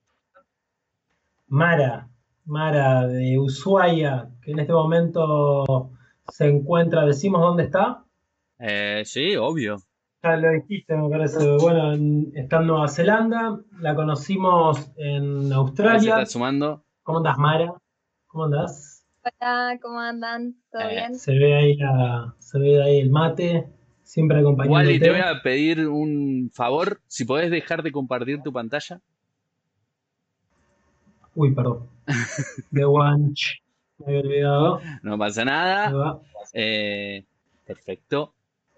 Mara de Ushuaia, que en este momento se encuentra, decimos dónde está. Sí, obvio. Ya lo dijiste, me parece. Bueno, está en Nueva Zelanda, la conocimos en Ahí se está Australia. sumando. ¿Cómo andás, Mara? ¿Cómo andás? Hola, ¿cómo andan? ¿Todo Eh, bien? Se ve ahí el mate, siempre Wally, te voy acompañándote. a pedir un favor. Si podés dejar de compartir tu pantalla. Uy, perdón. The Wanch. Me había olvidado. No pasa Ahí nada. va. Eh, perfecto.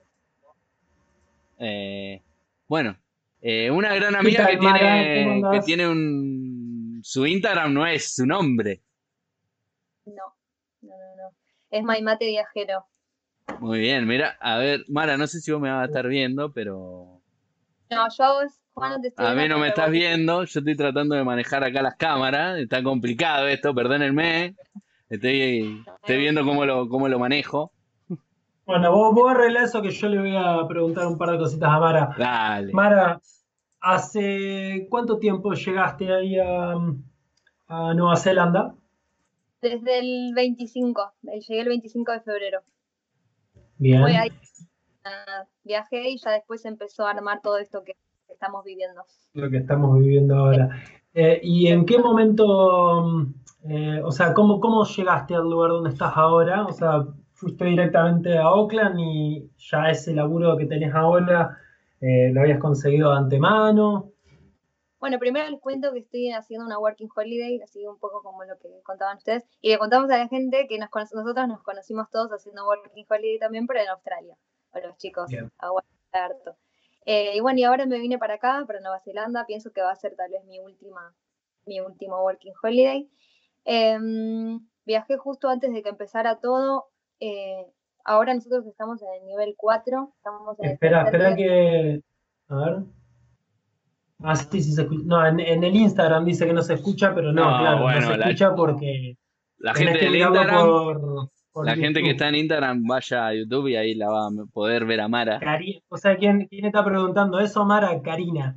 Eh, bueno, una gran ¿Qué amiga tal, Mara? ¿Cómo que andás? tiene su Instagram no es su nombre. No, no. Es Maimate Viajero. Muy bien, mira, a ver, Mara, no sé si vos me vas a estar viendo, pero No, yo a vos, Juan, no te estoy a viendo, mí no me pero estás igual te... viendo. Yo estoy tratando de manejar acá las cámaras. Está complicado esto, perdónenme. Estoy viendo cómo lo manejo. Bueno, vos arreglá eso que yo le voy a preguntar un par de cositas a Mara. Dale. Mara, ¿hace cuánto tiempo llegaste ahí a Nueva Zelanda? Desde el 25, llegué el 25 de febrero. Fue Bien, ahí, viajé y ya después empezó a armar todo esto que estamos viviendo. lo que estamos viviendo ahora. ¿Y en qué momento, o sea, cómo llegaste al lugar donde estás ahora? O sea, ¿fuiste directamente a Auckland y ya ese laburo que tenés ahora lo habías conseguido de antemano? Bueno, primero les cuento que estoy haciendo una working holiday, así un poco como lo que contaban ustedes, y le contamos a la gente que nosotros nos conocimos todos haciendo working holiday también, pero en Australia, a los chicos, Bien. a harto. Y bueno, y ahora me vine para acá, para Nueva Zelanda, pienso que va a ser tal vez mi último working holiday. Viajé justo antes de que empezara todo. eh, Ahora nosotros estamos en el nivel 4, estamos en el tercer Espera día. que, a ver. Ah, sí, sí se escucha. No, en el Instagram dice que no se escucha, pero no, No, claro, no se bueno, escucha porque la tenés gente que del mirarlo Instagram, por la gente que está YouTube. en Instagram, vaya a YouTube y ahí la va a poder ver a Mara. O sea, ¿quién está preguntando eso, Mara? Karina.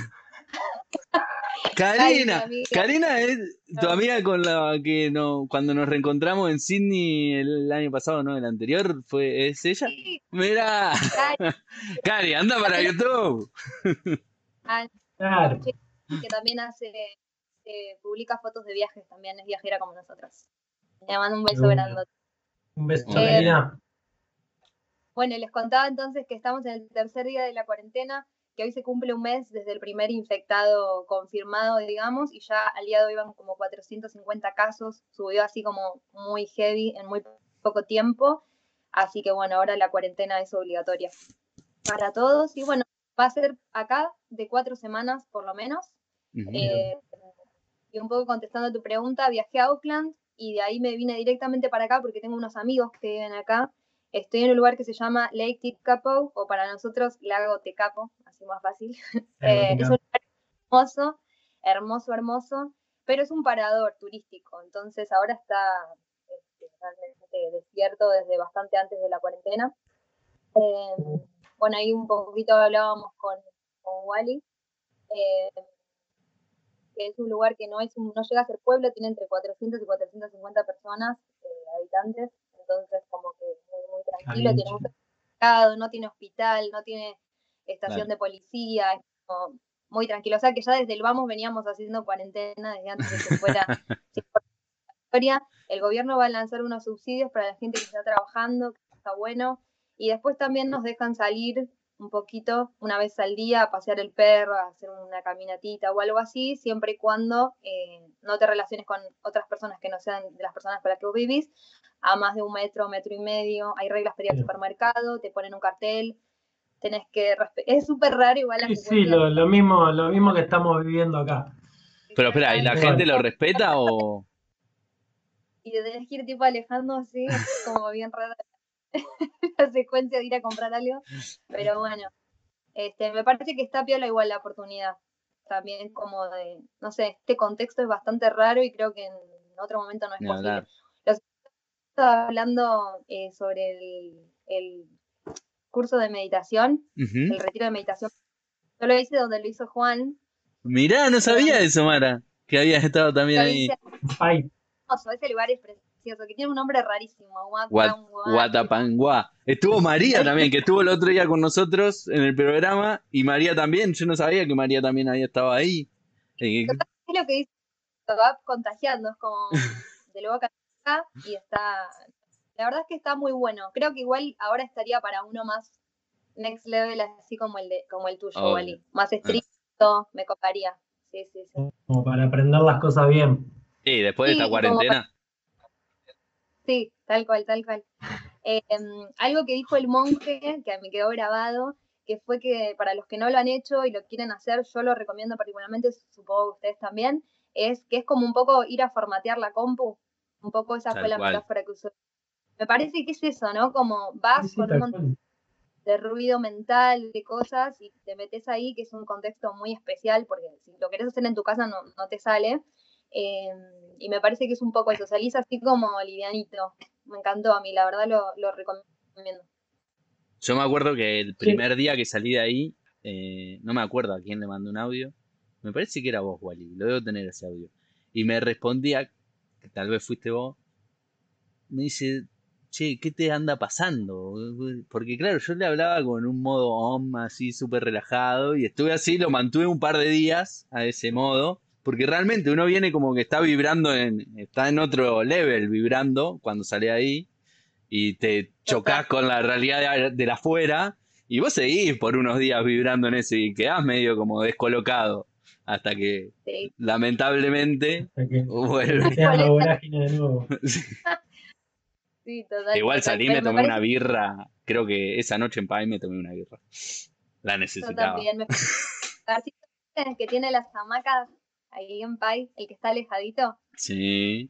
Cari, mi Karina, amiga. Karina es tu amiga con la que no, cuando nos reencontramos en Sydney el año pasado, ¿no? El anterior, ¿es ella? Sí, Mira, Cari, Cari, anda para YouTube. ah, Claro, que también publica fotos de viajes, también es viajera como nosotras. Le mando un de beso una. grandote. Un beso, Muy Eh, bien. Karina. bueno, les contaba entonces que estamos en el tercer día de la cuarentena, que hoy se cumple un mes desde el primer infectado confirmado, digamos, y ya al día de hoy van como 450 casos, subió así como muy heavy en muy poco tiempo, así que bueno, ahora la cuarentena es obligatoria para todos y bueno, va a ser acá de 4 semanas por lo menos. Ujú. Bien. Eh, y un poco contestando a tu pregunta, viajé a Auckland y de ahí me vine directamente para acá porque tengo unos amigos que viven acá. Estoy en un lugar que se llama Lake Tekapo, o para nosotros Lago Tekapo, así más fácil. Es un lugar hermoso, hermoso, pero es un parador turístico, entonces ahora está realmente desierto desde bastante antes de la cuarentena. Bueno, ahí un poquito hablábamos con Wally, eh, que es un lugar que no llega a ser pueblo, tiene entre 400 y 450 personas, habitantes, entonces como que muy Está tranquilo, bien, tiene un chico. mercado, no tiene hospital, no tiene estación Claro. de policía, es como muy tranquilo. O sea que ya desde el vamos veníamos haciendo cuarentena desde antes de que fuera historia. El gobierno va a lanzar unos subsidios para la gente que está trabajando, que está bueno, y después también nos dejan salir un poquito, una vez al día, a pasear el perro, a hacer una caminatita o algo así, siempre y cuando no te relaciones con otras personas que no sean de las personas con las que vos vivís, a más de 1 metro, 1,5 metros. Hay reglas para ir al supermercado, te ponen un cartel, tenés que es súper raro, igual Sí, hace sí, buen día. lo mismo que estamos viviendo acá. Pero espera, ¿y la Exactamente. gente Igual. lo respeta o...? Y te tenés que ir tipo alejando así, es como bien raro la secuencia de ir a comprar algo. Pero bueno, me parece que está piola igual la oportunidad. también como de, no sé, este contexto es bastante raro y creo que en otro momento no es Ni posible. hablar. Los estaba hablando sobre el curso de meditación, Ujú. el retiro de meditación. Yo lo hice donde lo hizo Juan, Mirá, no que a sabía mí eso, Mara, que habías estado también lo ahí. hice Ay, hermoso, ese lugar es precioso, que tiene un nombre rarísimo, Guatapanguá. Estuvo María también, que estuvo el otro día con nosotros en el programa, y María también. Yo no sabía que María también había estado ahí. Eh, es lo que dice, lo va contagiando, es como de luego acá y está, la verdad es que está muy bueno. Creo que igual ahora estaría para uno más next level, así como el tuyo, obvio. Wally. Más estricto, me coparía. Sí, sí, sí. como para aprender las cosas bien. Y después de esta Y como cuarentena, sí, tal cual, tal cual. Algo que dijo el monje, que me quedó grabado, que fue que para los que no lo han hecho y lo quieren hacer, yo lo recomiendo particularmente, supongo que ustedes también, es que es como un poco ir a formatear la compu. Un poco esa fue tal la cual. metáfora que usó. Me parece que es eso, ¿no? Como Sí, vas sí, con un tal montón cual. de ruido mental, de cosas, y te metes ahí, que es un contexto muy especial, porque si lo querés hacer en tu casa no te sale. Eh, y me parece que es un poco eso, salís así como livianito. Me encantó a mí, la verdad lo recomiendo. Yo me acuerdo que el Sí, primer día que salí de ahí, no me acuerdo a quién le mandé un audio. Me parece que era vos, Wally. Lo debo tener ese audio. Y me respondía, que tal vez fuiste vos, me dice, che, ¿qué te anda pasando? Porque claro, yo le hablaba con un modo así súper relajado y estuve así, lo mantuve un par de días a ese modo, porque realmente uno viene como que está vibrando, está en otro level vibrando cuando sale ahí y te Total, chocas con la realidad de la afuera y vos seguís por unos días vibrando en eso y quedás medio como descolocado hasta que sí. hasta lamentablemente que te vuelve. metes en la vorágine de nuevo. Sí, total, Igual total. salí, me Pero me tomé una parece birra. Creo que esa noche en Pai me tomé una birra. La que yo necesitaba. también. Que tiene las hamacas ahí en Pai, el que está alejadito, Sí.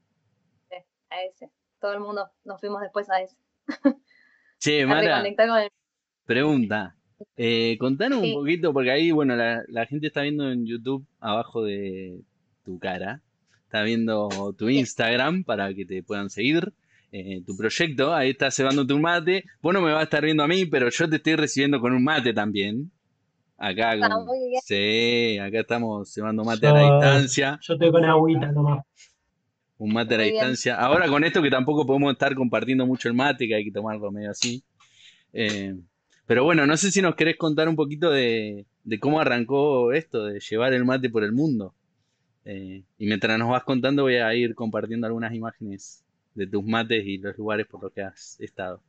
a ese. Todo el mundo nos fuimos después a ese. Che, A Mara, reconectar con el... pregunta. Contanos un Sí, poquito, porque ahí, bueno, la gente está viendo en YouTube abajo de tu cara. Está viendo tu sí. Instagram para que te puedan seguir. Tu proyecto, ahí estás cebándote un mate. Vos no me vas a estar viendo a mí, pero yo te estoy recibiendo con un mate también. Acá Está con... muy bien. Sí, acá estamos cebando mate a la Yo, distancia. yo estoy con agüita nomás. Un mate a la Muy bien. distancia. Ahora con esto que tampoco podemos estar compartiendo mucho el mate, que hay que tomarlo medio así. Eh, pero bueno, no sé si nos querés contar un poquito de cómo arrancó esto, de llevar el mate por el mundo. Y mientras nos vas contando voy a ir compartiendo algunas imágenes de tus mates y los lugares por los que has estado.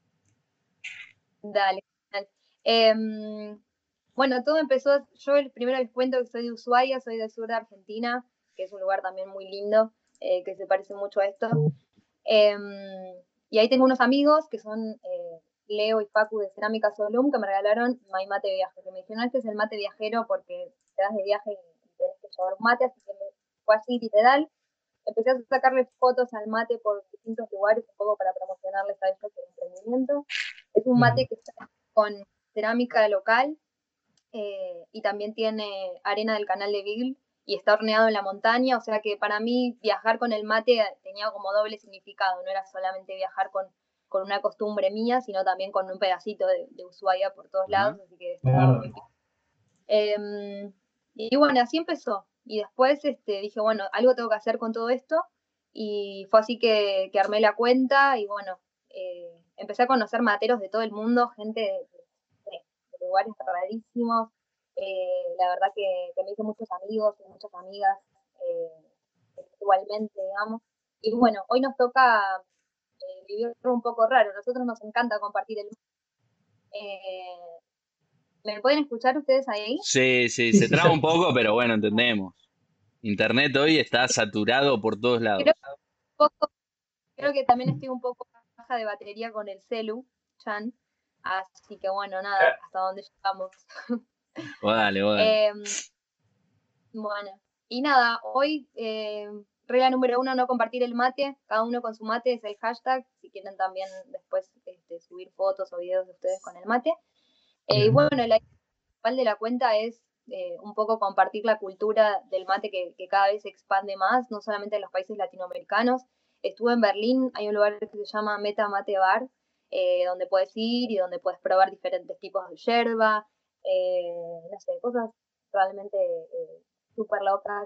Dale. Dale. Bueno, todo empezó, primero les cuento que soy de Ushuaia, soy del sur de Argentina, que es un lugar también muy lindo, que se parece mucho a esto. Y ahí tengo unos amigos que son Leo y Facu de Cerámica Solum, que me regalaron My Mate Viaje, que me dijeron, este es el mate viajero porque te das de viaje y tenés que llevar un mate, así que fue así literal. Empecé a sacarle fotos al mate por distintos lugares, un poco para promocionarles a ellos el emprendimiento. Es un mate Claro. que está con cerámica local y también tiene arena del canal de Beagle y está horneado en la montaña, o sea que para mí viajar con el mate tenía como doble significado, no era solamente viajar con una costumbre mía, sino también con un pedacito de Ushuaia por todos Ajá. lados, así que estaba Claro. muy bien. Y bueno, así empezó. Y después dije, bueno, algo tengo que hacer con todo esto. Y fue así que armé la cuenta y bueno, empecé a conocer materos de todo el mundo, gente de lugares rarísimos. La verdad que me hice muchos amigos y muchas amigas igualmente, digamos. Y bueno, hoy nos toca vivir un poco raro. A nosotros nos encanta compartir el... Eh, ¿Me pueden escuchar ustedes ahí? Sí, sí, Sí, se sí, traba un poco, pero bueno, entendemos. Internet hoy está saturado por todos Creo, lados. poco, creo que también estoy un poco baja de batería con el celu, Chan. Así que bueno, nada, hasta donde llegamos. Vos dale, vos dale. Eh, bueno, y nada, hoy regla número uno, no compartir el mate, cada uno con su mate es el hashtag, si quieren también después subir fotos o videos de ustedes con el mate. Y bien. bueno, la principal de la cuenta es un poco compartir la cultura del mate que cada vez se expande más, no solamente en los países latinoamericanos. Estuve en Berlín, hay un lugar que se llama Meta Mate Bar, donde puedes ir y donde puedes probar diferentes tipos de yerba, no sé, cosas realmente súper locas.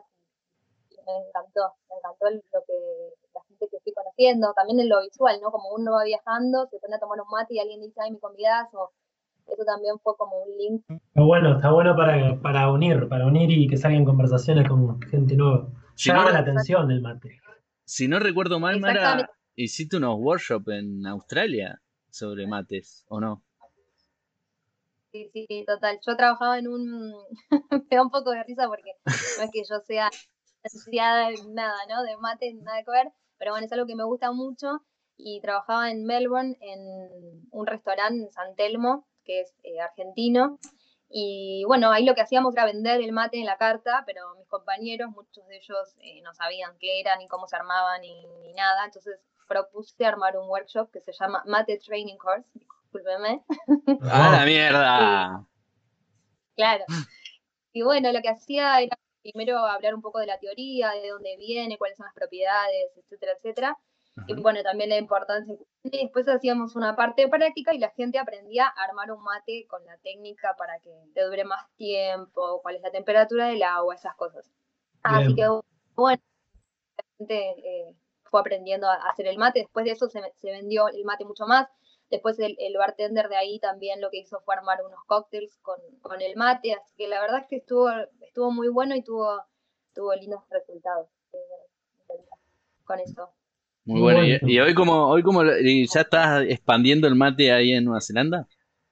Me encantó lo que la gente que estoy conociendo, también en lo visual, ¿no? Como uno va viajando, se pone a tomar un mate y alguien dice, ay, me convidás, o eso también fue como un link. Está bueno para unir y que salgan conversaciones con gente nueva. Si no, Llama la atención del mate. si no recuerdo mal, Exactamente. Mara, hiciste unos workshops en Australia sobre mates, ¿o no? Sí, sí, total. Yo trabajaba en un... me da un poco de risa porque no es que yo sea licenciada en nada, ¿no? De mate, nada que ver, pero bueno, es algo que me gusta mucho y trabajaba en Melbourne en un restaurante en San Telmo, que es argentino, y bueno, ahí lo que hacíamos era vender el mate en la carta, pero mis compañeros, muchos de ellos no sabían qué era, ni cómo se armaba, ni nada, entonces propuse armar un workshop que se llama Mate Training Course, discúlpeme. ¡A la Oh, mierda! Claro. Y bueno, lo que hacía era primero hablar un poco de la teoría, de dónde viene, cuáles son las propiedades, etcétera, etcétera. Y Ajá. bueno, también la importancia. Y después hacíamos una parte práctica y la gente aprendía a armar un mate con la técnica para que te dure más tiempo, cuál es la temperatura del agua, esas cosas. Así que bien. bueno, la gente fue aprendiendo a hacer el mate. Después de eso se vendió el mate mucho más. Después el bartender de ahí también lo que hizo fue armar unos cócteles con el mate. Así que la verdad es que estuvo muy bueno y tuvo lindos resultados con eso. Muy Muy bueno. ¿Y bueno. y ya estás expandiendo el mate ahí en Nueva Zelanda?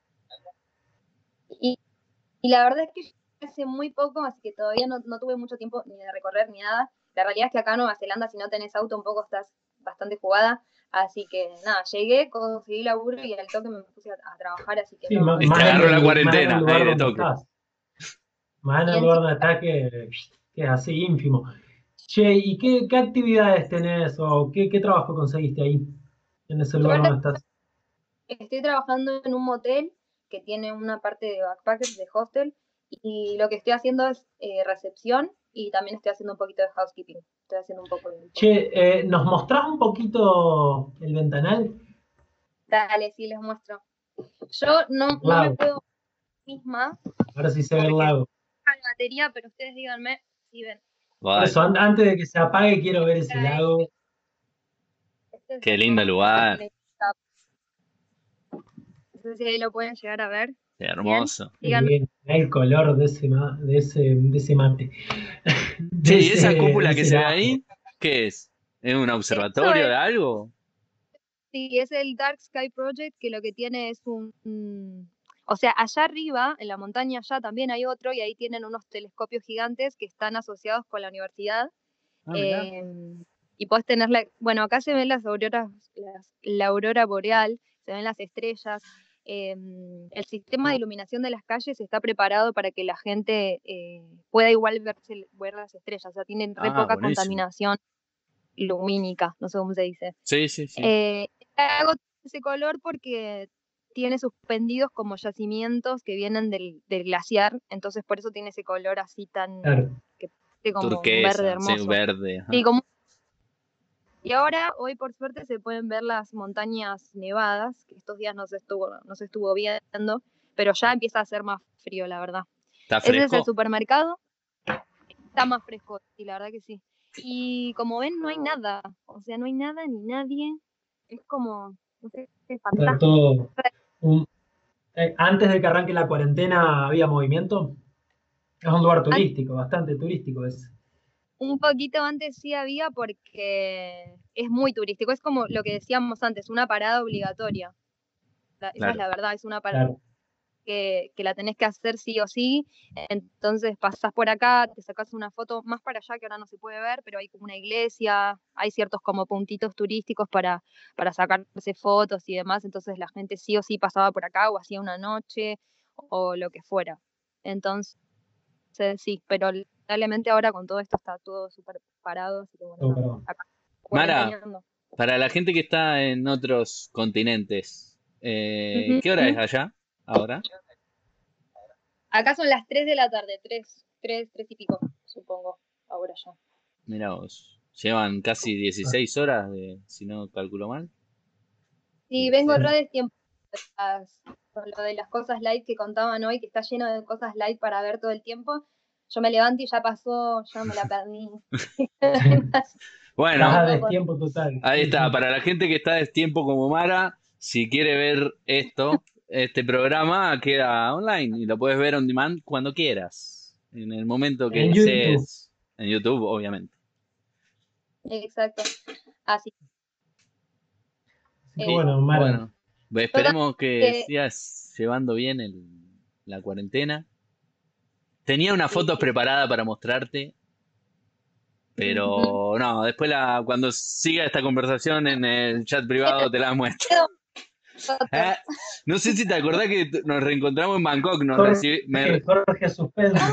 Y, y la verdad es que hace muy poco, así que todavía no tuve mucho tiempo ni de recorrer ni nada. La realidad es que acá en Nueva Zelanda, si no tenés auto, un poco estás bastante jugada. Así que nada, llegué, conseguí laburo y al toque me puse a trabajar, así que Sí, no. Y te agarró la más en el cuarentena ahí lugar de donde toque. estás. Más en Y el lugar donde estás que es así ínfimo. Che, ¿y qué actividades tenés o qué trabajo conseguiste ahí, en ese yo lugar ahora donde estás? estoy trabajando en un motel que tiene una parte de backpackers, de hostel, y lo que estoy haciendo es recepción y también estoy haciendo un poquito de housekeeping. Estoy haciendo un poco de todo. Che, ¿nos mostrás un poquito el ventanal? Dale, sí, les muestro. Yo El no me lago. puedo misma A ver si se ve el porque lago. hay batería, pero ustedes díganme si ven. Por eso, Vale. antes de que se apague, quiero ver ese Este lago. es Qué el lindo lugar. no sé si ahí lo pueden llegar a ver. Qué Bien, hermoso. Qué díganme. bien, el color de ese mate, Che, de ¿y esa de cúpula que ese se ve lago. ahí? ¿Qué es? ¿Es un Eso observatorio de es, algo? sí, es el Dark Sky Project, que lo que tiene es o sea, allá arriba, en la montaña allá también hay otro y ahí tienen unos telescopios gigantes que están asociados con la universidad. Ah, mirá. eh, y podés tenerla, bueno, acá se ven la aurora boreal, se ven las estrellas. El sistema de iluminación de las calles está preparado para que la gente pueda igual ver las estrellas, o sea, tienen re Ah, poca buenísimo. contaminación lumínica, no sé cómo se dice. Sí, sí, sí. Hago ese color porque tiene suspendidos como yacimientos que vienen del glaciar, entonces por eso tiene ese color así tan, Claro. que parece como un verde Turquesa, sí, hermoso. verde. Sí, Ajá. y ahora, hoy por suerte, se pueden ver las montañas nevadas, que estos días no se estuvo viendo, pero ya empieza a hacer más frío, la verdad. ¿Está Ese es el fresco? supermercado, está más fresco, y la verdad que sí. Y como ven, no hay nada, o sea, no hay nada ni nadie, es como, no sé, es Está fantástico. todo. un- Antes de que arranque la cuarentena, ¿había movimiento? Es un lugar turístico, bastante turístico es. Un poquito antes sí había porque es muy turístico, es como lo que decíamos antes, una parada obligatoria. Esa es Claro. la verdad, es una parada Claro. que la tenés que hacer sí o sí. Entonces pasás por acá, te sacás una foto más para allá que ahora no se puede ver, pero hay como una iglesia, hay ciertos como puntitos turísticos para sacarse fotos y demás. Entonces la gente sí o sí pasaba por acá o hacía una noche o lo que fuera. Entonces sí, pero lamentablemente ahora con todo esto está todo súper parado, así que bueno, Todo nada, parado. acá Mara, cuarenteneando. para la gente que está en otros continentes, Ujú. ¿qué hora es allá ahora? Acá son las 3 de la tarde, 3 y pico, supongo, ahora ya. Mirá vos. Llevan casi 16 horas, si no calculo mal. Sí, vengo re de tiempo con lo de las cosas light que contaban hoy, que está lleno de cosas light para ver todo el tiempo. Yo me levanto y ya pasó, ya me la perdí. Bueno, Estás a destiempo total. ahí Sí, está. sí. Para la gente que está de tiempo como Mara, si quiere ver este programa queda online y lo puedes ver on demand cuando quieras. En el momento que En YouTube. desees. En YouTube, obviamente. Exacto. Así. Así que bueno, Mara. Bueno, esperemos que sigas llevando bien la cuarentena. Tenía unas fotos preparadas para mostrarte, pero no, después cuando siga esta conversación en el chat privado te la muestro. No sé si te acordás que nos reencontramos en Bangkok. Jorge Suspenso.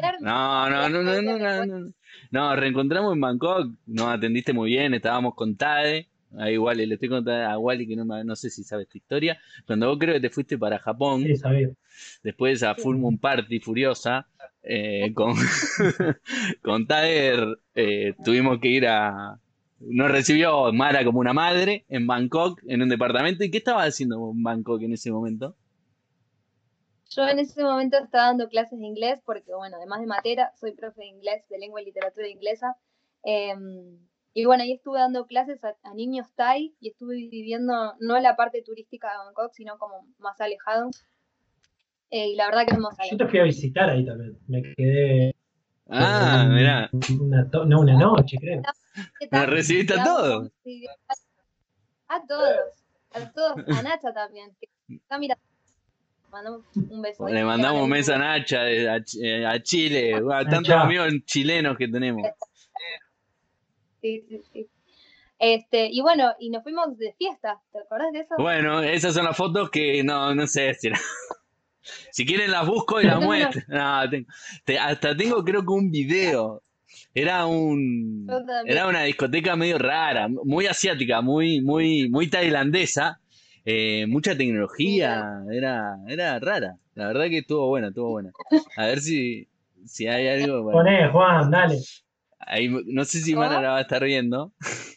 No. Nos reencontramos en Bangkok, nos atendiste muy bien, estábamos con Tade. A Wally, le estoy contando a Wally que no sé si sabe esta historia. Cuando vos creo que te fuiste para Japón, Sí, sabía. después a Full Moon Party furiosa, con, con Tader tuvimos que ir nos recibió Mara como una madre en Bangkok, en un departamento. ¿Y qué estaba haciendo en Bangkok en ese momento? Yo en ese momento estaba dando clases de inglés porque, bueno, además de matera, soy profe de inglés, de lengua y literatura inglesa. Y bueno, ahí estuve dando clases a niños Thai y estuve viviendo no en la parte turística de Bangkok, sino como más alejado. Y la verdad que hermosa. Yo te fui a visitar ahí también. Me quedé Mirá. una noche, creo. ¿Nos recibiste a todos? A todos, a Nacha también. Que está mirando. Mandamos un beso. Le mandamos un beso a Nacha, a Chile, a tantos amigos chilenos que tenemos. Sí. Y bueno, y nos fuimos de fiesta, ¿te acordás de eso? Bueno, esas son las fotos que no sé si quieren las busco y las muestro. Hasta tengo creo que un video. Era una discoteca medio rara, muy asiática, muy tailandesa. Mucha tecnología, era rara. La verdad que estuvo buena. A ver si hay algo. Poné, Juan, dale. Ahí, no sé si Mara la va a estar viendo.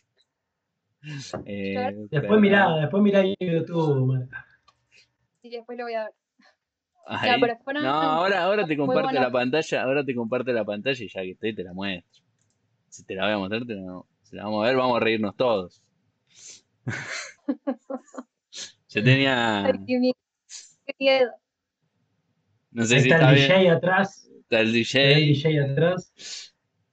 Después mirá YouTube, Mara. Sí, después lo voy a ver. Ahí. Ahora te comparto la pantalla, y ya que estoy te la muestro. Si te la voy a mostrar, se la vamos a ver, vamos a reírnos todos. Yo tenía. Ay, qué miedo. No sé ahí si está el bien. DJ atrás. Está el DJ. Está el DJ atrás.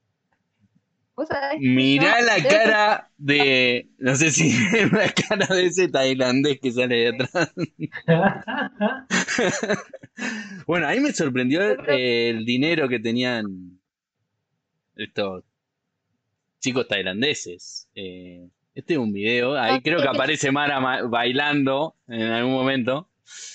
Mirá la cara de. No sé si la cara de ese tailandés que sale de atrás. Bueno, ahí me sorprendió el dinero que tenían estos chicos tailandeses. Este es un video, ahí creo que aparece Mara bailando en algún momento.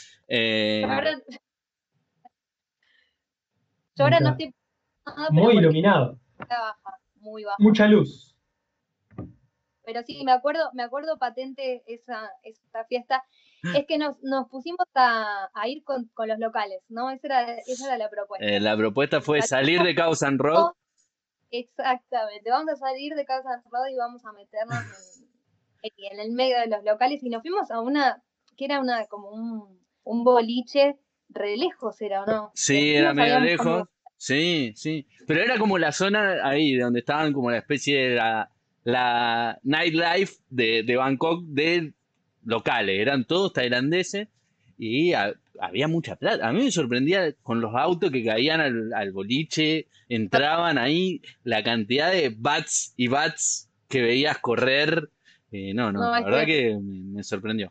Yo ahora no estoy... Muy iluminado. Muy bajo. Mucha luz. Pero sí, me acuerdo patente esa fiesta. Es que nos pusimos a ir con los locales, ¿no? Esa era la propuesta. La propuesta fue salir de Khao San Road. Exactamente, vamos a salir de Khao San Road y vamos a meternos en el medio de los locales y nos fuimos a que era como un boliche re lejos, ¿era o no? Sí, era medio lejos. Sí. Pero era como la zona ahí, de donde estaban como la especie de la nightlife de Bangkok de locales. Eran todos tailandeses y había mucha plata. A mí me sorprendía con los autos que caían al boliche, entraban ahí, la cantidad de bats y bats que veías correr. La verdad que me sorprendió.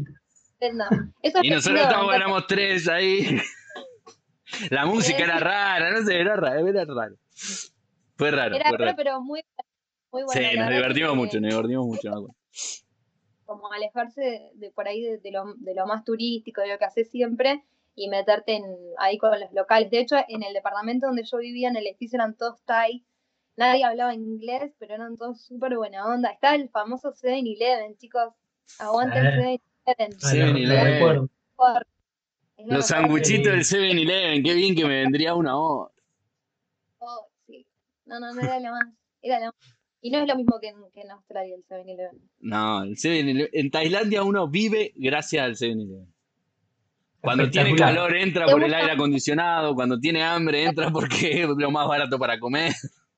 Y nosotros éramos tres ahí. La música era rara, no sé, era raro. Fue raro. Pero muy bueno. Sí, nos divertimos mucho, me acuerdo. Como alejarse de por ahí de lo más turístico, de lo que haces siempre, y meterte ahí con los locales. De hecho, en el departamento donde yo vivía, en el edificio, eran todos Thai. Nadie hablaba inglés, pero eran todos súper buena onda. Estaba el famoso 7-Eleven, chicos. Aguanta el 7-Eleven. Es lo Los mejor. sanguchitos del 7-Eleven, qué bien que me vendría una hora. Oh, sí. No era la más. Era la más. Y no es lo mismo que en Australia el 7-Eleven. No, el 7-Eleven. En Tailandia uno vive gracias al 7-Eleven. Cuando tiene Espectacular. calor entra ¿Te por el gusta aire acondicionado, cuando tiene hambre entra porque es lo más barato para comer.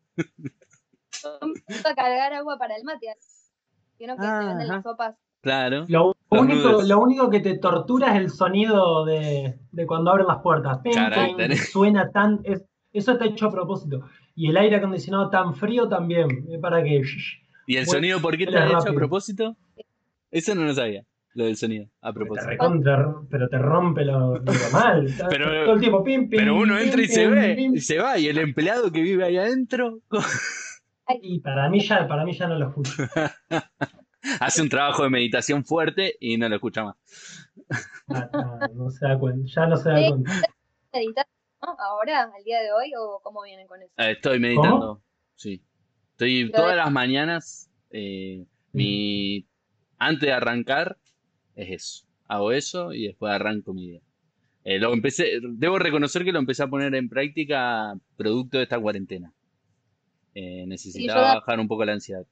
cargar agua para el mate? Vieron que te venden las Ajá, sopas. claro. Lo Los único, noodles. lo único que te tortura es el sonido de cuando abren las puertas. Ping, Ay, ping, Carácter. suena tan. Eso está hecho a propósito. Y el aire acondicionado tan frío también. Es para que ¿Y el sonido por qué vueles está hecho a rápido. propósito? Eso no lo sabía, lo del sonido, a Porque te propósito. recontra, pero te rompe lo mal. Está todo Pero, el tiempo pim, pero uno pim, entra pim, y se pim, ve, y pim. se va, y el empleado que vive ahí adentro ay, Y para mí ya no lo escucho. hace un trabajo de meditación fuerte y no lo escucha más. No se da cuenta, ya no se da ¿ustedes cuenta. meditan, no? Ahora, al día de hoy, o cómo vienen con eso? Estoy ¿Cómo? meditando, sí. Estoy Lo de- todas las mañanas, Sí. antes de arrancar, es eso. Hago eso y después arranco mi día. Debo reconocer que lo empecé a poner en práctica producto de esta cuarentena. sí, Necesitaba bajar un poco la ansiedad.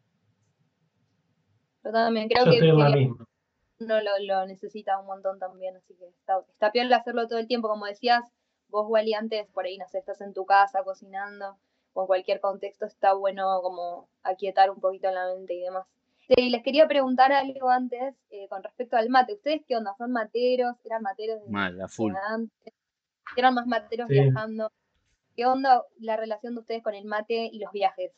yo también creo Yo estoy en la que misma. uno lo necesita un montón también, así que está piola hacerlo todo el tiempo, como decías, vos, Wally, antes por ahí, no sé, estás en tu casa cocinando, o en cualquier contexto está bueno como aquietar un poquito la mente y demás. Sí, les quería preguntar algo antes con respecto al mate. ¿Ustedes qué onda? ¿Son materos? ¿Eran materos Mal, a de full. antes? ¿Eran más materos Sí. viajando? ¿Qué onda la relación de ustedes con el mate y los viajes?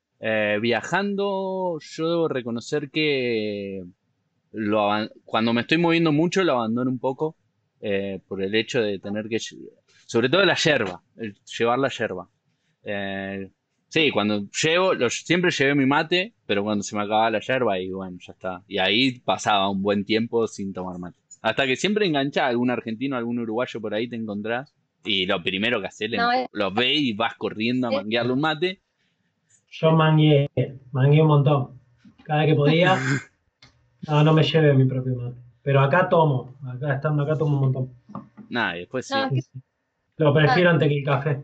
Viajando, yo debo reconocer que cuando me estoy moviendo mucho lo abandono un poco por el hecho de tener que, sobre todo la yerba, llevar la yerba. Eh, sí, cuando llevo, siempre llevé mi mate, pero cuando se me acababa la yerba y bueno, ya está. Y ahí pasaba un buen tiempo sin tomar mate. Hasta que siempre enganchás algún argentino, algún uruguayo por ahí te encontrás y lo primero que haces, No, los ves y vas corriendo a es- manguearle un mate. Yo mangué un montón. Cada vez que podía, no me llevé mi propio mate. Pero acá tomo, estando acá tomo un montón. Nada, y después no, sí. es Sí, que sí. Lo prefiero antes que el café.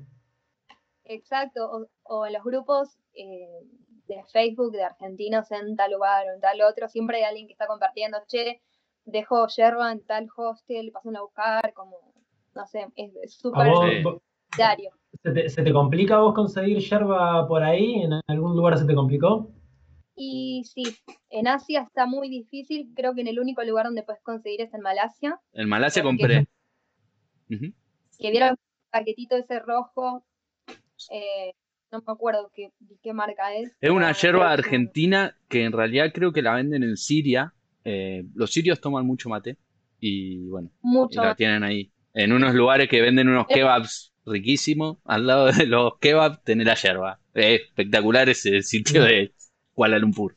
exacto, o en los grupos de Facebook de argentinos en tal lugar o en tal otro, siempre hay alguien que está compartiendo, che, dejo yerba en tal hostel, pasen a buscar, como, no sé, es ¿A súper Sí. diario. se te complica a vos conseguir yerba por ahí? ¿En algún lugar se te complicó? Y sí, en Asia está muy difícil, creo que en el único lugar donde puedes conseguir es en Malasia, En Malasia porque compré. Ujú. que vieron el paquetito ese rojo, no me acuerdo qué marca es, Es una pero yerba creo que es un argentina que en realidad creo que la venden en Siria. Los sirios toman mucho mate y bueno, y mucho la más. tienen ahí. En unos lugares que venden unos kebabs riquísimos, al lado de los kebabs tenés la yerba. Es espectacular ese sitio Mirá. de Kuala Lumpur.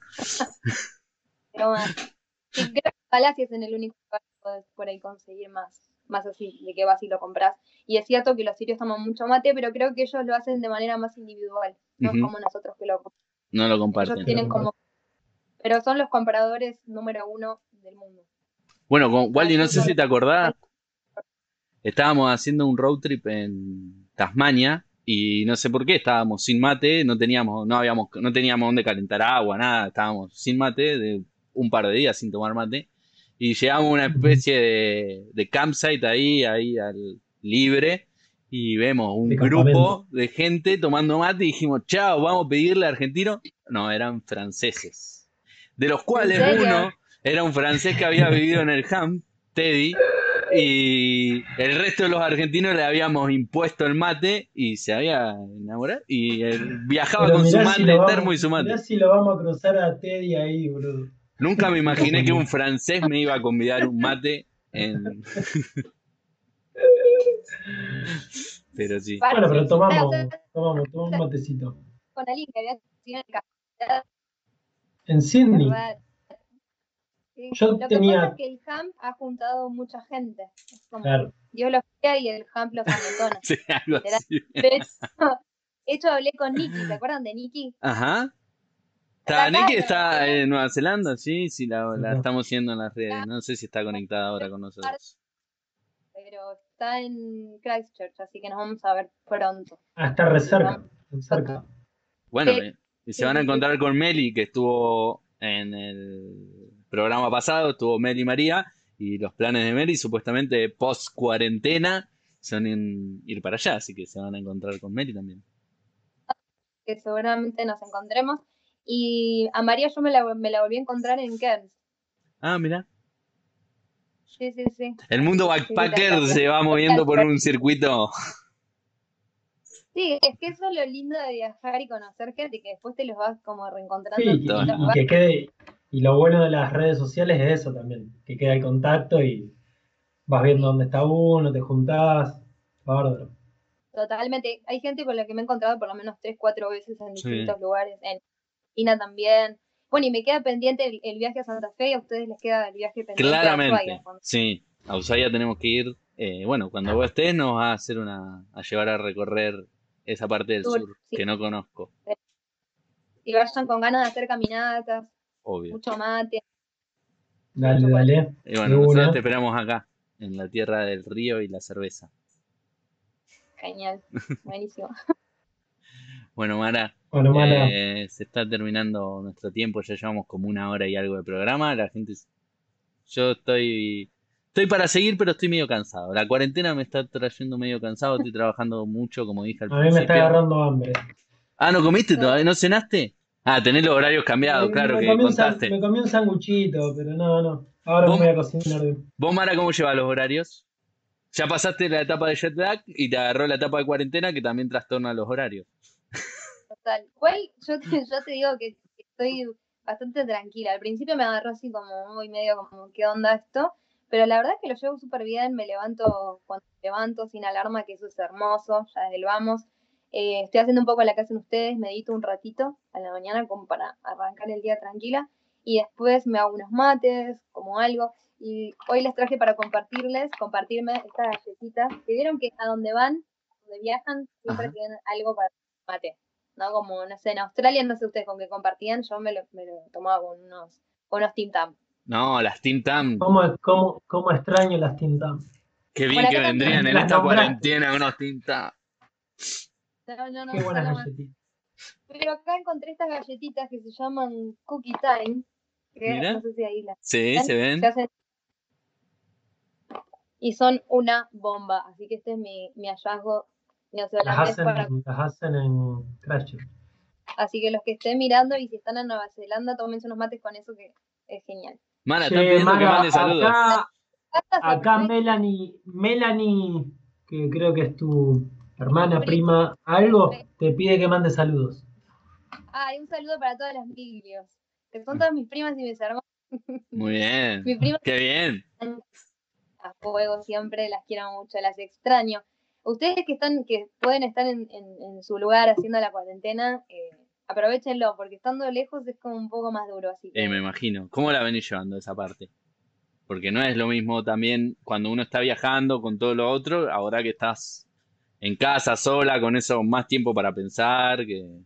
Pero más. Sí, creo que Malasia es en el único lugar que podés por ahí conseguir más así, de que vas y lo compras. Y es cierto que los sirios toman mucho mate, pero creo que ellos lo hacen de manera más individual, no es Ujú. como nosotros que lo compramos. No lo Ellos comparten. tienen como, pero son los compradores número uno del mundo. Bueno, con Wally, no Allí sé son si los te acordás, estábamos haciendo un road trip en Tasmania y no sé por qué estábamos sin mate, no teníamos dónde calentar agua, nada, estábamos sin mate de un par de días sin tomar mate y llegamos a una especie de campsite ahí al libre y vemos un De campamento. grupo de gente tomando mate y dijimos, chao, vamos a pedirle argentino. No, eran franceses, de los ¿En cuales serio? uno era un francés que había vivido en el Ham, Teddy, y el resto de los argentinos le habíamos impuesto el mate y se había enamorado. Y él viajaba Pero con su mate, termo y su mirá mate. si lo vamos a cruzar a Teddy ahí, boludo. Nunca me Qué imaginé que un casualidad. francés me iba a convidar un mate en... Pero sí. Bueno, pero O sea, tomamos un matecito. con alguien que había sido en el café, En es Sydney, raro. Sí. yo Lo que pasa es tenía, que el HAMP ha juntado mucha gente. Es como claro, Dios los crea y el HAMP los amontona. Sí, algo Literal. así. De hecho, de hecho, hablé con Nikki, ¿se acuerdan de Nikki? Ajá. Está Está, acá Nicky en Nueva está Zelanda. en Nueva Zelanda, sí, sí, la acá. estamos viendo en las redes. No sé si está conectada ahora con nosotros. pero está en Christchurch, así que nos vamos a ver pronto. Está re cerca. Bueno, Sí, y se van a sí. encontrar con Meli, que estuvo en el programa pasado, estuvo Meli María, y los planes de Meli, supuestamente post cuarentena, son ir para allá, así que se van a encontrar con Meli también. Que seguramente nos encontremos. Y a María yo me la volví a encontrar en Cairns. Ah, mira. Sí. El mundo Sí, backpacker se va moviendo por un circuito. Sí, es que eso es lo lindo de viajar y conocer gente, que después te los vas como reencontrando Sí, en distintos y lugares. que quede, y lo bueno de las redes sociales es eso también, que queda el contacto y vas viendo dónde está uno, te juntás, bárbaro. Totalmente. Hay gente con la que me he encontrado por lo menos 3, 4 veces en Sí. distintos lugares. En China también. Bueno, y me queda pendiente el viaje a Santa Fe y a ustedes les queda el viaje pendiente a Ushuaia. Claramente, sí. A Ushuaia tenemos que ir. Bueno, cuando vos estés nos vas a hacer a llevar a recorrer esa parte del sur Sí. que no conozco, Y vayan con ganas de hacer caminatas, obvio. mucho mate. Dale, Y de bueno, nosotros una. te esperamos acá, en la tierra del río y la cerveza. Genial, buenísimo. Bueno, Mara, Bueno, Mala, se está terminando nuestro tiempo, ya llevamos como 1 hora y algo de programa. La gente, yo estoy para seguir, pero estoy medio cansado. La cuarentena me está trayendo medio cansado, estoy trabajando mucho, como dije al a mí me está principio. agarrando hambre. Ah, ¿no comiste todavía? ¿No cenaste? Ah, tenés los horarios cambiados, claro Me que comí contaste. me comí un sanguchito, pero no. Ahora me ¿Vos, voy a cocinar. vos, Mara, cómo llevas los horarios? Ya pasaste la etapa de jet lag y te agarró la etapa de cuarentena que también trastorna los horarios. Total. Igual yo te digo que estoy bastante tranquila. Al principio me agarró así como muy medio como, ¿qué onda esto? Pero la verdad es que lo llevo súper bien. Me levanto cuando me levanto sin alarma, que eso es hermoso, ya desde el vamos. Estoy haciendo un poco la que hacen ustedes, medito un ratito a la mañana como para arrancar el día tranquila. Y después me hago unos mates, como algo. Y hoy les traje para compartirme estas galletitas. Que vieron que a donde van, donde viajan, siempre Ajá. tienen algo para mate. ¿No? Como, no sé, en Australia no sé ustedes con qué compartían, yo me lo tomaba con unos Tim Tam. No, las Tim Tam. ¿Cómo extraño las Tim Tam? Qué bien Bueno, que acá también. vendrían en Las esta nombraste. cuarentena unos Tim Tam. No, Qué buenas solo más. galletitas. Pero acá encontré estas galletitas que se llaman Cookie Time, que no Mira. sé si ahí las Sí, se ven, ven. y son una bomba. Así que este es mi hallazgo neozelandés para. Las hacen en Crasher. Así que los que estén mirando y si están en Nueva Zelanda, tómense unos mates con eso que es genial. Mara, están Che, pidiendo que Mara, mande saludos. acá Melanie, que creo que es tu hermana, Prima. prima, algo, te pide que mande saludos. Y un saludo para todas las Miglios, que son todas mis primas y mis hermanos. Muy bien. Mis primas Qué bien. a fuego siempre, las quiero mucho, las extraño. Ustedes que pueden estar en su lugar haciendo la cuarentena, aprovechenlo, porque estando lejos es como un poco más duro, así Me que imagino. ¿Cómo la venís llevando esa parte? Porque no es lo mismo también cuando uno está viajando con todo lo otro, ahora que estás en casa sola, con eso más tiempo para pensar, que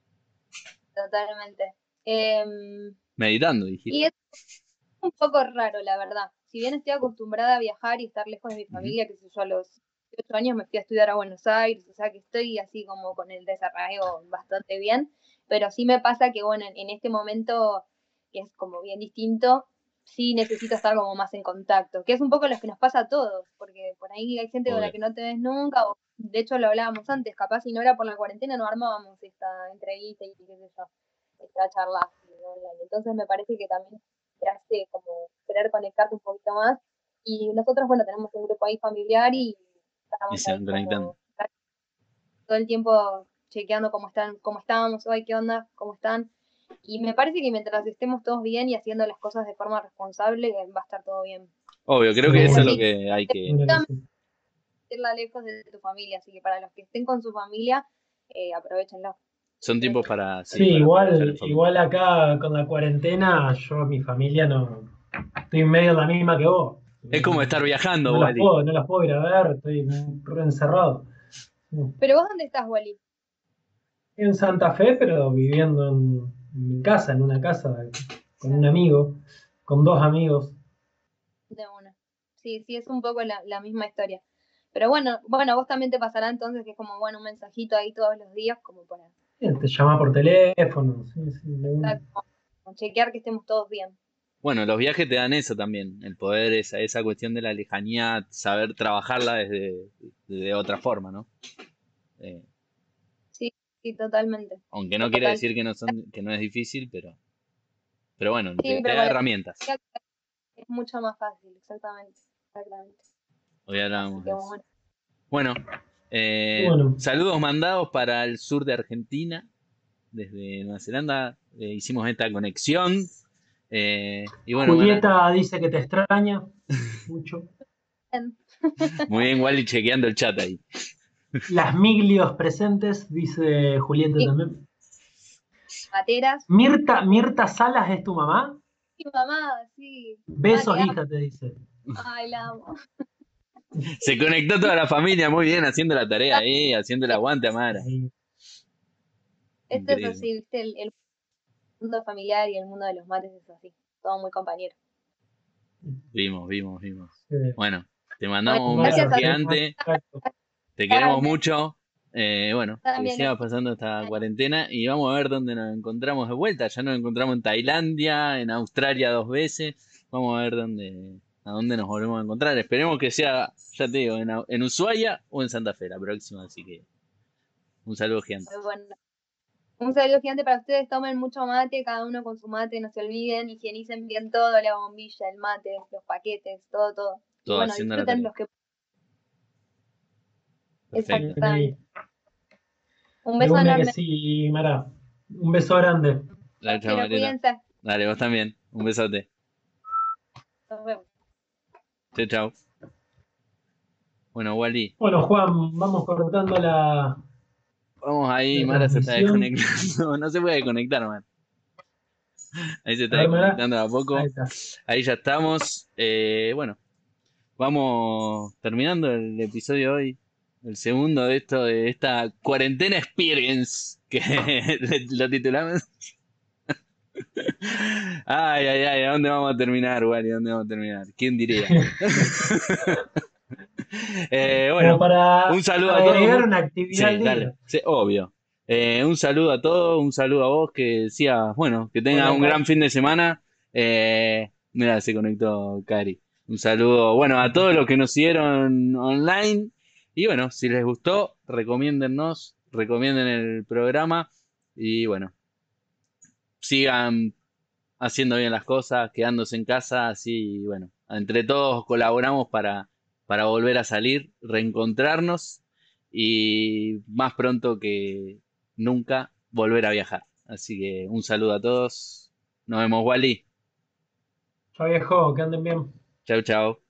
totalmente. Em, meditando, y dijiste. es un poco raro, la verdad. Si bien estoy acostumbrada a viajar y estar lejos de mi Ujú. familia, que sé yo, a los 8 años me fui a estudiar a Buenos Aires, o sea que estoy así como con el desarraigo bastante bien, pero sí me pasa que, bueno, en este momento, que es como bien distinto, sí necesito estar como más en contacto, que es un poco lo que nos pasa a todos, porque por ahí hay gente con la Obvio. que no te ves nunca, o de hecho lo hablábamos antes, capaz si no era por la cuarentena no armábamos esta entrevista y qué sé yo, esta charla online. Entonces me parece que también te hace como querer conectarte un poquito más. Y nosotros, bueno, tenemos un grupo ahí familiar y Y estamos se ahí van conectando. como todo el tiempo chequeando cómo estábamos hoy, qué onda, cómo están. Y me parece que mientras estemos todos bien y haciendo las cosas de forma responsable, va a estar todo bien. Obvio, creo que eso Seguro, es lo Sí, que hay que... seguro que sí. irla lejos de tu familia, así que para los que estén con su familia, aprovechenlo. Son tiempos para, Sí, sí, para aprovechar en familia. igual acá con la cuarentena, yo, mi familia no, estoy medio la misma que vos. Es como estar viajando, No Wally. no las puedo ir a ver, estoy re encerrado. Sí. Pero vos, ¿dónde estás, Wally? En Santa Fe, pero viviendo en mi casa, en una casa con un amigo, con dos amigos. De una. sí, sí, es un poco la misma historia. Pero bueno, vos también te pasará entonces que es como, bueno, un mensajito ahí todos los días como para Te llama por teléfono, sí, sí, de una. como chequear que estemos todos bien. Bueno, los viajes te dan eso también, el poder, esa cuestión de la lejanía, saber trabajarla de otra forma, ¿no? Eh, Sí, sí, totalmente. aunque no quiere Total. decir que no es difícil, pero bueno, Sí, te pero da con la herramientas. tecnología es mucho más fácil, exactamente. Exactamente. Hoy Así hablábamos que de eso. bueno. Bueno, Bueno, saludos mandados para el sur de Argentina, desde Nueva Zelanda, hicimos esta conexión. Y bueno, Julieta dice que te extraña mucho. Bien. muy bien, Wally, chequeando el chat ahí. Las Miglios presentes, dice Julieta Y también. materas. Mirta Salas es tu mamá. Mi mamá, sí. Mamá, Besos, te amo. hija, te dice. Ay, la amo. Se conectó toda la familia muy bien haciendo la tarea ahí, haciendo el aguante a Mara. Ahí. Esto es Increíble. así, viste, el mundo familiar y el mundo de los mates es así. Todo muy compañero. Vimos. Eh, Bueno, te Bueno, mandamos un beso gracias a Bárbaro, gigante, exacto. te queremos ustedes mucho. Bueno, que también. sigas pasando esta cuarentena y vamos a ver dónde nos encontramos de vuelta. Ya nos encontramos en Tailandia, en Australia 2 veces. Vamos a ver a dónde nos volvemos a encontrar. Esperemos que sea, ya te digo, en Ushuaia o en Santa Fe la próxima. Así que un saludo gigante. Bueno, un saludo gigante para ustedes. Tomen mucho mate, cada uno con su mate. No se olviden, higienicen bien todo: la bombilla, el mate, los paquetes, todo, todo. Y Todo bueno, haciendo la disfruten tarea. los que. Perfecto. Exactamente. Un De beso una que enorme. sí, Mara. Un beso grande. Dale, chao, Pero Mariela. cuídense. Dale, vos también. Un besote. Nos vemos. Chao, chao. Bueno, Wally, Bueno, Juan, vamos cortando vamos ahí. la Mara se está transmisión. desconectando. No se puede conectar, man. Ahí se está A ver, Mara. desconectando de a Ahí poco. está. Ahí ya estamos. Bueno, vamos terminando el episodio hoy. El segundo de esta cuarentena experience que lo titulamos. Ay, ¿a dónde vamos a terminar, Wally? ¿A dónde vamos a terminar? ¿Quién diría? Como Bueno, para un saludo a todos. agregar una actividad Sí, al dale, día. sí, obvio. Un saludo a todos, un saludo a vos, que decías, bueno, que tengas Hola, un gran fin de semana. Mira, se conectó Cari. Un saludo, bueno, a todos los que nos siguieron online. Y bueno, si les gustó, recomiéndennos, recomienden el programa. Y bueno, sigan haciendo bien las cosas, quedándose en casa, así, bueno, entre todos colaboramos para volver a salir, reencontrarnos y más pronto que nunca volver a viajar. Así que un saludo a todos. Nos vemos, Wally. Chao, viejo, que anden bien. Chau, chau.